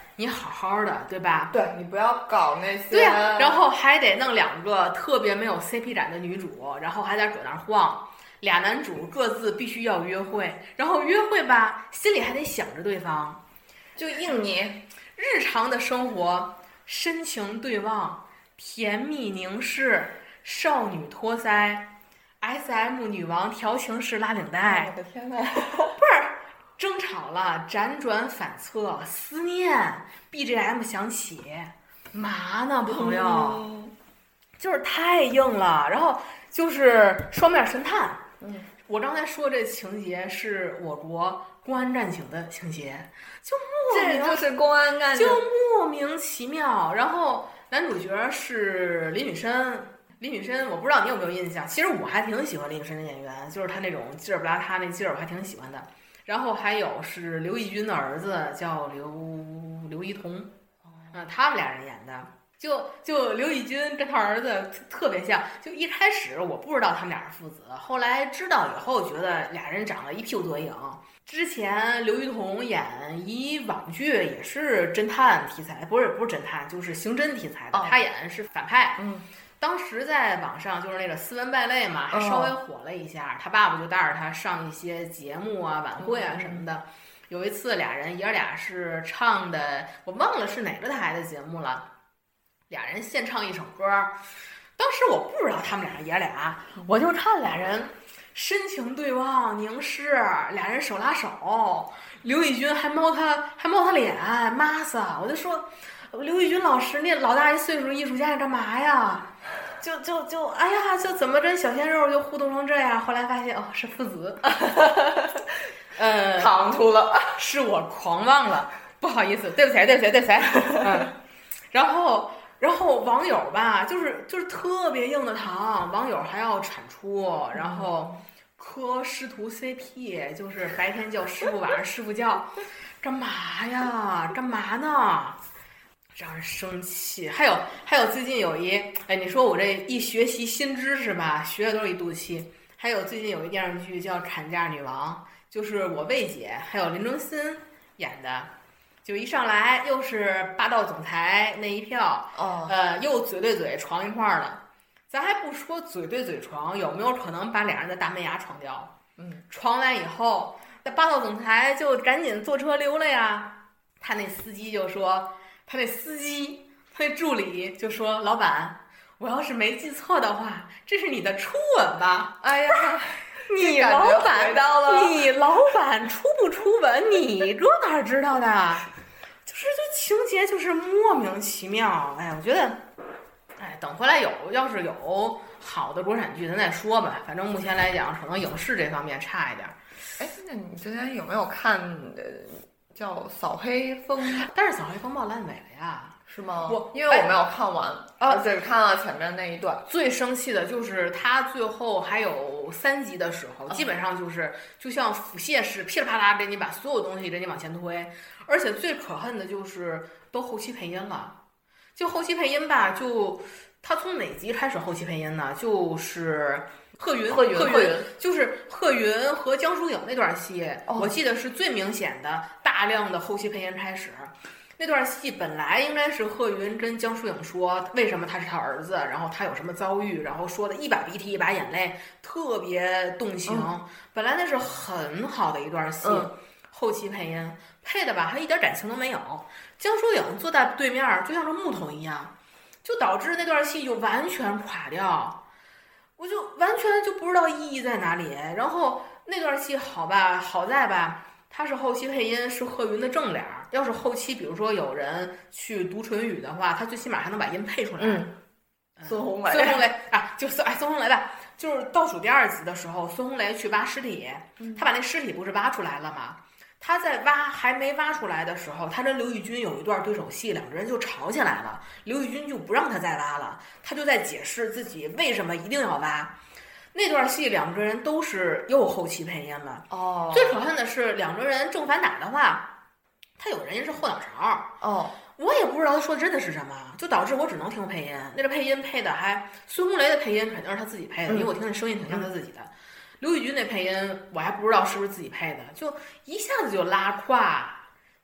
Speaker 1: 你好好的，对吧？
Speaker 2: 对你不要搞那些。
Speaker 1: 对呀、啊，然后还得弄两个特别没有 C P 感的女主，然后还在搁那儿晃。俩男主各自必须要约会，然后约会吧，心里还得想着对方，
Speaker 2: 就应你
Speaker 1: 日常的生活，深情对望，甜蜜凝视，少女托腮 ，S M 女王调情式拉领带。
Speaker 2: 我的天哪！
Speaker 1: 不是，争吵了，辗转反侧，思念 ，B G M 响起，嘛呢，朋友？嗯、就是太硬了，然后就是双面神探。
Speaker 2: 嗯，
Speaker 1: 我刚才说这情节是我国公安战警的情节，就莫名
Speaker 2: 这就是公安干
Speaker 1: 就莫名其妙。然后男主角是李宇申，李宇申我不知道你有没有印象，其实我还挺喜欢李宇申的演员，就是他那种劲儿不拉他那劲儿，我还挺喜欢的。然后还有是刘奕君的儿子叫刘刘一彤，嗯，他们俩人演的。就就刘奕君跟他儿子特别像，就一开始我不知道他们俩是父子，后来知道以后觉得俩人长得一屁股多影。之前刘玉彤演一网剧也是侦探题材，不是不是侦探，就是刑侦题材的，
Speaker 2: 哦、
Speaker 1: 他演是反派。
Speaker 2: 嗯，
Speaker 1: 当时在网上就是那个斯文败类嘛，还稍微火了一下。他爸爸就带着他上一些节目啊、晚会啊什么的。嗯、有一次俩人爷俩是唱的，我忘了是哪个台的节目了。俩人现唱一首歌，当时我不知道他们俩爷俩，我就看俩人深情对望凝视，俩人手拉手，刘奕君还猫他还猫他脸，妈撒！我就说，刘奕君老师，那老大一岁数艺术家，你干嘛呀？就就就，哎呀，就怎么跟小鲜肉就互动成这样？后来发现哦，是父子。呃，
Speaker 2: 唐突了，
Speaker 1: 是我狂妄了，不好意思，对不起，对不起，对不起。嗯，然后。然后网友吧，就是就是特别硬的糖，网友还要产出，然后磕师徒 C P， 就是白天叫师傅，晚上师傅叫，干嘛呀？干嘛呢？让人生气。还有还有，最近有一，哎，你说我这一学习新知识吧，学的都是一肚气。还有最近有一电视剧叫《砍价女王》，就是我魏姐还有林正新演的。就一上来又是霸道总裁那一票，
Speaker 2: 哦，
Speaker 1: 呃，又嘴对嘴床一块儿了。咱还不说嘴对嘴床有没有可能把俩人的大门牙床掉，
Speaker 2: 嗯，
Speaker 1: 床完以后，那霸道总裁就赶紧坐车溜了呀。他那司机就说，他那司机，他那助理就说，老板，我要是没记错的话，这是你的初吻吧？
Speaker 2: 哎呀。
Speaker 1: 你老板，你老板出不出吻，你这哪知道的？就是这情节就是莫名其妙。哎，我觉得，哎，等回来有要是有好的国产剧，咱再说吧。反正目前来讲，可能影视这方面差一点。
Speaker 2: 哎，那你之前有没有看呃叫《扫黑风》？
Speaker 1: 但是《扫黑风暴》烂尾了呀。
Speaker 2: 是吗？
Speaker 1: 我
Speaker 2: 因为我没有看完，
Speaker 1: 啊，
Speaker 2: 只看了前面那一段。
Speaker 1: 最生气的就是他最后还有三集的时候，
Speaker 2: 嗯、
Speaker 1: 基本上就是就像腹泻似，噼里啪啦给你把所有东西给你往前推。而且最可恨的就是都后期配音了，就后期配音吧，就他从哪集开始后期配音呢？就是贺云，
Speaker 2: 贺云，
Speaker 1: 贺
Speaker 2: 云，
Speaker 1: 就是贺云和江疏影那段戏，
Speaker 2: 哦、
Speaker 1: 我记得是最明显的大量的后期配音开始。那段戏本来应该是贺云跟江疏影说为什么他是他儿子，然后他有什么遭遇，然后说的一把鼻涕一把眼泪，特别动情。
Speaker 2: 嗯、
Speaker 1: 本来那是很好的一段戏，
Speaker 2: 嗯、
Speaker 1: 后期配音配的吧，他一点感情都没有。江疏影坐在对面就像是木头一样，就导致那段戏就完全垮掉，我就完全就不知道意义在哪里。然后那段戏好吧，好在吧。他是后期配音是贺云的正脸，要是后期比如说有人去读唇语的话，他最起码还能把音配出来。
Speaker 2: 嗯，孙红雷，
Speaker 1: 孙红雷啊，就孙哎孙红雷吧，就是倒数第二集的时候，孙红雷去挖尸体，他把那尸体不是挖出来了吗？他在挖还没挖出来的时候，他跟刘奕君有一段对手戏，两个人就吵起来了，刘奕君就不让他再挖了，他就在解释自己为什么一定要挖。那段戏两个人都是又后期配音了
Speaker 2: 哦。
Speaker 1: 最可恨的是两个人正反打的话，他有人是后脑勺
Speaker 2: 哦，
Speaker 1: 我也不知道他说的真的是什么，就导致我只能听配音。那个配音配的还孙红雷的配音肯定是他自己配的，
Speaker 2: 嗯、
Speaker 1: 因为我听那声音挺像他自己的。嗯、刘奕君那配音我还不知道是不是自己配的，就一下子就拉胯，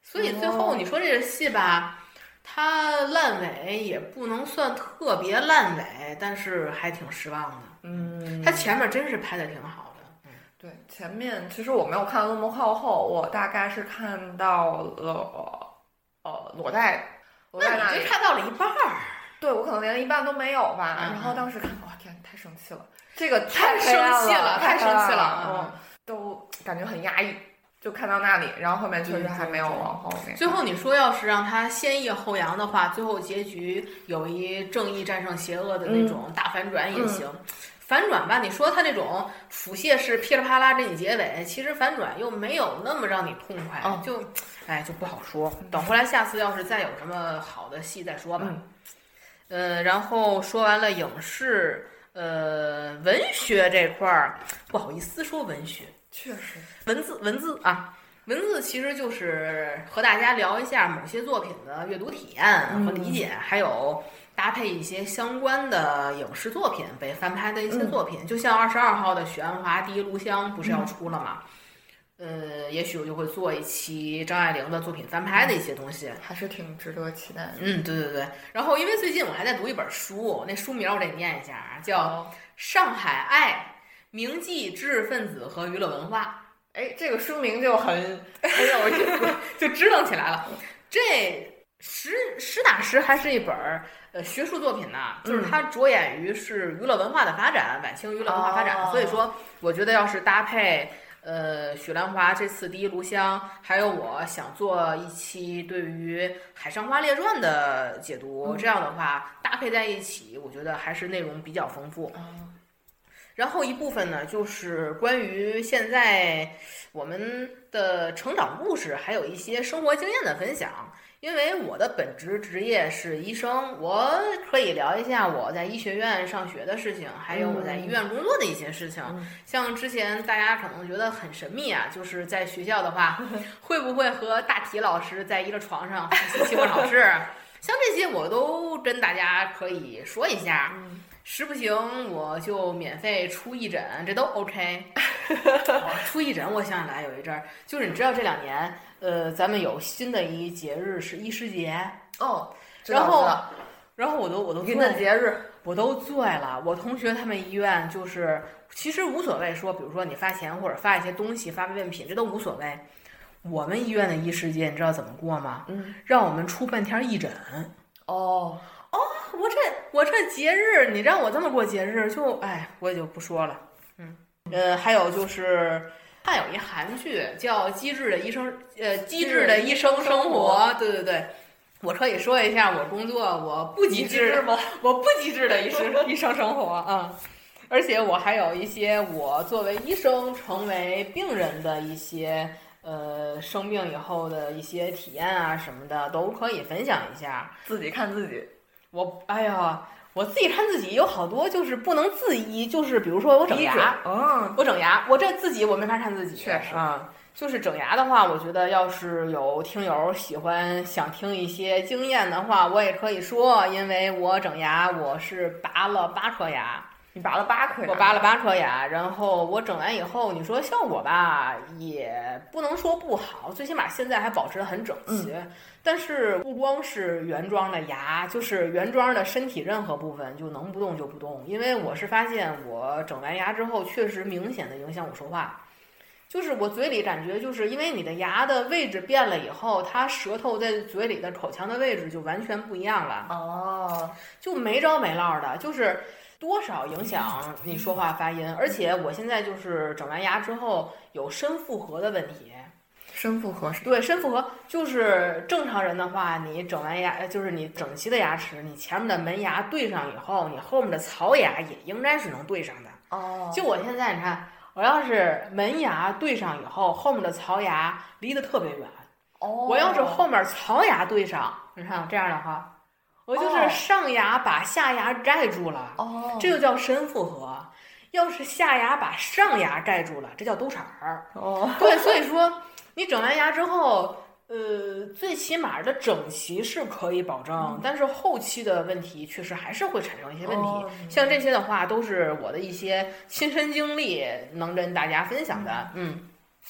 Speaker 1: 所以最后你说这个戏吧，它烂尾也不能算特别烂尾，但是还挺失望的。
Speaker 2: 嗯，
Speaker 1: 它前面真是拍的挺好的。
Speaker 2: 嗯，对，前面其实我没有看到那么靠后，我大概是看到了呃裸贷，裸贷
Speaker 1: 那你就看到了一半儿。
Speaker 2: 对，我可能连一半都没有吧。
Speaker 1: 嗯、
Speaker 2: 然后当时看，哇天，太生气了，这个
Speaker 1: 太
Speaker 2: 生
Speaker 1: 气了，太生气了，
Speaker 2: 嗯，都感觉很压抑。就看到那里，然后后面确实还没有往后面。
Speaker 1: 最后你说要是让他先抑后扬的话，最后结局有一正义战胜邪恶的那种大反转也行。嗯、反转吧，你说他这种腹泻式噼里啪啦给你结尾，其实反转又没有那么让你痛快，
Speaker 2: 哦、
Speaker 1: 就哎就不好说。等回来下次要是再有什么好的戏再说吧。
Speaker 2: 嗯，
Speaker 1: 呃，然后说完了影视，呃，文学这块儿不好意思说文学。
Speaker 2: 确实，
Speaker 1: 文字文字啊，文字其实就是和大家聊一下某些作品的阅读体验和理解，
Speaker 2: 嗯、
Speaker 1: 还有搭配一些相关的影视作品被翻拍的一些作品。嗯、就像二十二号的许鞍华第一炉香不是要出了吗？嗯、呃，也许我就会做一期张爱玲的作品翻拍的一些东西，
Speaker 2: 还是挺值得期待的。
Speaker 1: 嗯，对对对。然后因为最近我还在读一本书，那书名我得念一下啊，叫《上海爱》。铭记知识分子和娱乐文化，
Speaker 2: 哎，这个书名就很很有意思，
Speaker 1: 就支棱起来了。这实实打实还是一本呃学术作品呢，就是它着眼于是娱乐文化的发展，晚清娱乐文化发展。
Speaker 2: 哦、
Speaker 1: 所以说，我觉得要是搭配呃许鞍华这次第一炉香，还有我想做一期对于《海上花列传》的解读，
Speaker 2: 嗯、
Speaker 1: 这样的话搭配在一起，我觉得还是内容比较丰富。
Speaker 2: 嗯
Speaker 1: 然后一部分呢，就是关于现在我们的成长故事，还有一些生活经验的分享。因为我的本职职业是医生，我可以聊一下我在医学院上学的事情，还有我在医院工作的一些事情。
Speaker 2: 嗯、
Speaker 1: 像之前大家可能觉得很神秘啊，就是在学校的话，会不会和大体老师在一个床上复习期末考试？像这些我都跟大家可以说一下。
Speaker 2: 嗯
Speaker 1: 实不行，我就免费出一诊，这都 OK。出一诊，我想起来有一阵儿，就是你知道这两年，呃，咱们有新的一节日是医师节
Speaker 2: 哦，
Speaker 1: 然后，然后我都我都
Speaker 2: 元旦节日
Speaker 1: 我都醉了。我同学他们医院就是其实无所谓说，比如说你发钱或者发一些东西、发问品，这都无所谓。我们医院的医师节你知道怎么过吗？
Speaker 2: 嗯，
Speaker 1: 让我们出半天义诊。
Speaker 2: 哦。
Speaker 1: 哦，我这我这节日，你让我这么过节日，就哎，我也就不说了。嗯，呃，还有就是看有一韩剧叫《机智的医生》，呃，《机智的医生生活》。对对对，我可以说一下我工作我不机智
Speaker 2: 吗？
Speaker 1: 我不机智的医生医生生活啊、嗯，而且我还有一些我作为医生成为病人的一些。呃，生病以后的一些体验啊什么的都可以分享一下。
Speaker 2: 自己看自己。
Speaker 1: 我哎呀，我自己看自己有好多就是不能自医，就是比如说我整牙，
Speaker 2: 嗯，
Speaker 1: 我整牙，我这自己我没法看自己，
Speaker 2: 确实
Speaker 1: 啊、嗯，就是整牙的话，我觉得要是有听友喜欢想听一些经验的话，我也可以说，因为我整牙我是拔了八颗牙。
Speaker 2: 你拔了八颗牙？
Speaker 1: 我拔了八颗牙，然后我整完以后，你说效果吧，也不能说不好，最起码现在还保持得很整齐。
Speaker 2: 嗯、
Speaker 1: 但是不光是原装的牙，就是原装的身体任何部分就能不动就不动。因为我是发现我整完牙之后，确实明显的影响我说话。就是我嘴里感觉，就是因为你的牙的位置变了以后，它舌头在嘴里的口腔的位置就完全不一样了。
Speaker 2: 哦，
Speaker 1: 就没着没落的，就是多少影响你说话发音。而且我现在就是整完牙之后有深复合的问题。
Speaker 2: 深复合是？
Speaker 1: 对，深复合就是正常人的话，你整完牙就是你整齐的牙齿，你前面的门牙对上以后，你后面的槽牙也应该是能对上的。
Speaker 2: 哦，
Speaker 1: 就我现在你看。我要是门牙对上以后，后面的槽牙离得特别远。
Speaker 2: 哦，
Speaker 1: 我要是后面槽牙对上，你看这样的话，我就是上牙把下牙盖住了。
Speaker 2: 哦，
Speaker 1: 这就叫深复合。要是下牙把上牙盖住了，这叫兜场儿。
Speaker 2: 哦，
Speaker 1: 对，所以说你整完牙之后。呃，最起码的整齐是可以保证，
Speaker 2: 嗯、
Speaker 1: 但是后期的问题确实还是会产生一些问题。
Speaker 2: 哦、
Speaker 1: 像这些的话，都是我的一些亲身经历能跟大家分享的。嗯，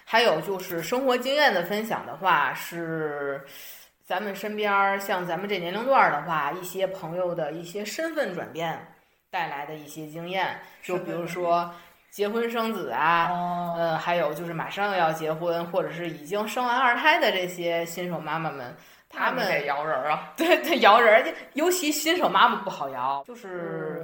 Speaker 1: 还有就是生活经验的分享的话，是咱们身边像咱们这年龄段的话，一些朋友的一些身份转变带来的一些经验，就比如说结婚生子啊，
Speaker 2: 哦、
Speaker 1: 呃，还有就是马上要结婚或者是已经生完二胎的这些新手妈妈们，他们
Speaker 2: 得摇人啊，
Speaker 1: 对对，摇人，尤其新手妈妈不好摇，就是、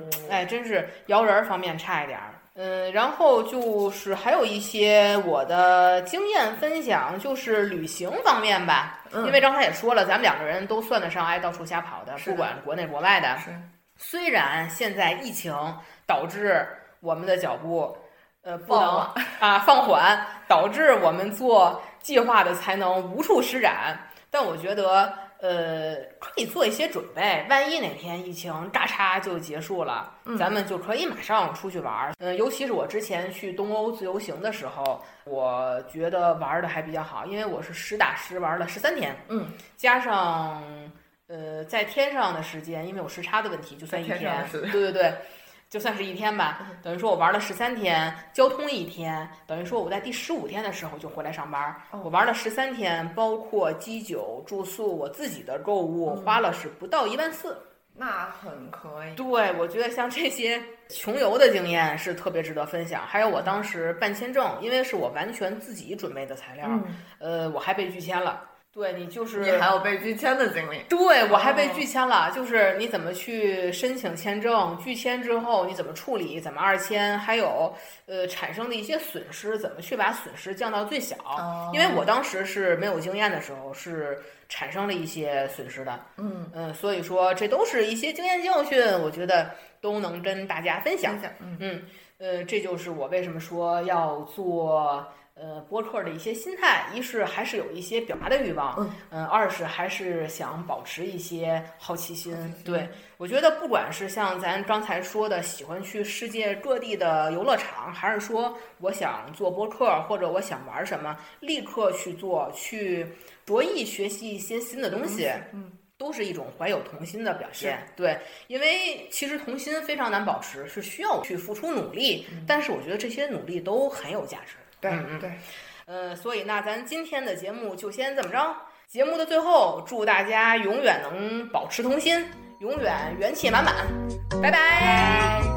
Speaker 1: 嗯、哎，真是摇人方面差一点儿。嗯，然后就是还有一些我的经验分享，就是旅行方面吧。
Speaker 2: 嗯、
Speaker 1: 因为刚才也说了，咱们两个人都算得上爱到处瞎跑的，
Speaker 2: 的
Speaker 1: 不管国内国外的。
Speaker 2: 是。
Speaker 1: 虽然现在疫情导致我们的脚步，呃，不能啊放缓，导致我们做计划的才能无处施展，但我觉得。呃，可以做一些准备，万一哪天疫情嘎嚓就结束了，
Speaker 2: 嗯、
Speaker 1: 咱们就可以马上出去玩。嗯、呃，尤其是我之前去东欧自由行的时候，我觉得玩的还比较好，因为我是实打实玩了十三天，
Speaker 2: 嗯，
Speaker 1: 加上呃在天上的时间，因为有时差的问题，就算一天，对对对。就算是一天吧，等于说我玩了十三天，交通一天，等于说我在第十五天的时候就回来上班。
Speaker 2: 哦、
Speaker 1: 我玩了十三天，包括机酒、住宿，我自己的购物，
Speaker 2: 嗯、
Speaker 1: 花了是不到一万四。
Speaker 2: 那很可以。
Speaker 1: 对，我觉得像这些穷游的经验是特别值得分享。还有我当时办签证，因为是我完全自己准备的材料，
Speaker 2: 嗯、
Speaker 1: 呃，我还被拒签了。对你就是
Speaker 2: 你还有被拒签的经历，
Speaker 1: 对我还被拒签了、哦。就是你怎么去申请签证，拒签之后你怎么处理，怎么二签，还有呃产生的一些损失，怎么去把损失降到最小。
Speaker 2: 哦、
Speaker 1: 因为我当时是没有经验的时候，是产生了一些损失的。
Speaker 2: 嗯
Speaker 1: 嗯，所以说这都是一些经验教训，我觉得都能跟大家分享。
Speaker 2: 分享嗯
Speaker 1: 嗯呃，这就是我为什么说要做。呃，播客的一些心态，一是还是有一些表达的欲望，
Speaker 2: 嗯，
Speaker 1: 呃、二是还是想保持一些好奇心。
Speaker 2: 好奇心
Speaker 1: 对，我觉得不管是像咱刚才说的，喜欢去世界各地的游乐场，还是说我想做播客，或者我想玩什么，立刻去做，去着意学习一些新的东西，
Speaker 2: 嗯，
Speaker 1: 都是一种怀有童心的表现。对，因为其实童心非常难保持，是需要去付出努力，
Speaker 2: 嗯、
Speaker 1: 但是我觉得这些努力都很有价值。
Speaker 2: 对
Speaker 1: 嗯
Speaker 2: 对，
Speaker 1: 呃，所以那咱今天的节目就先这么着。节目的最后，祝大家永远能保持童心，永远元气满满。拜拜。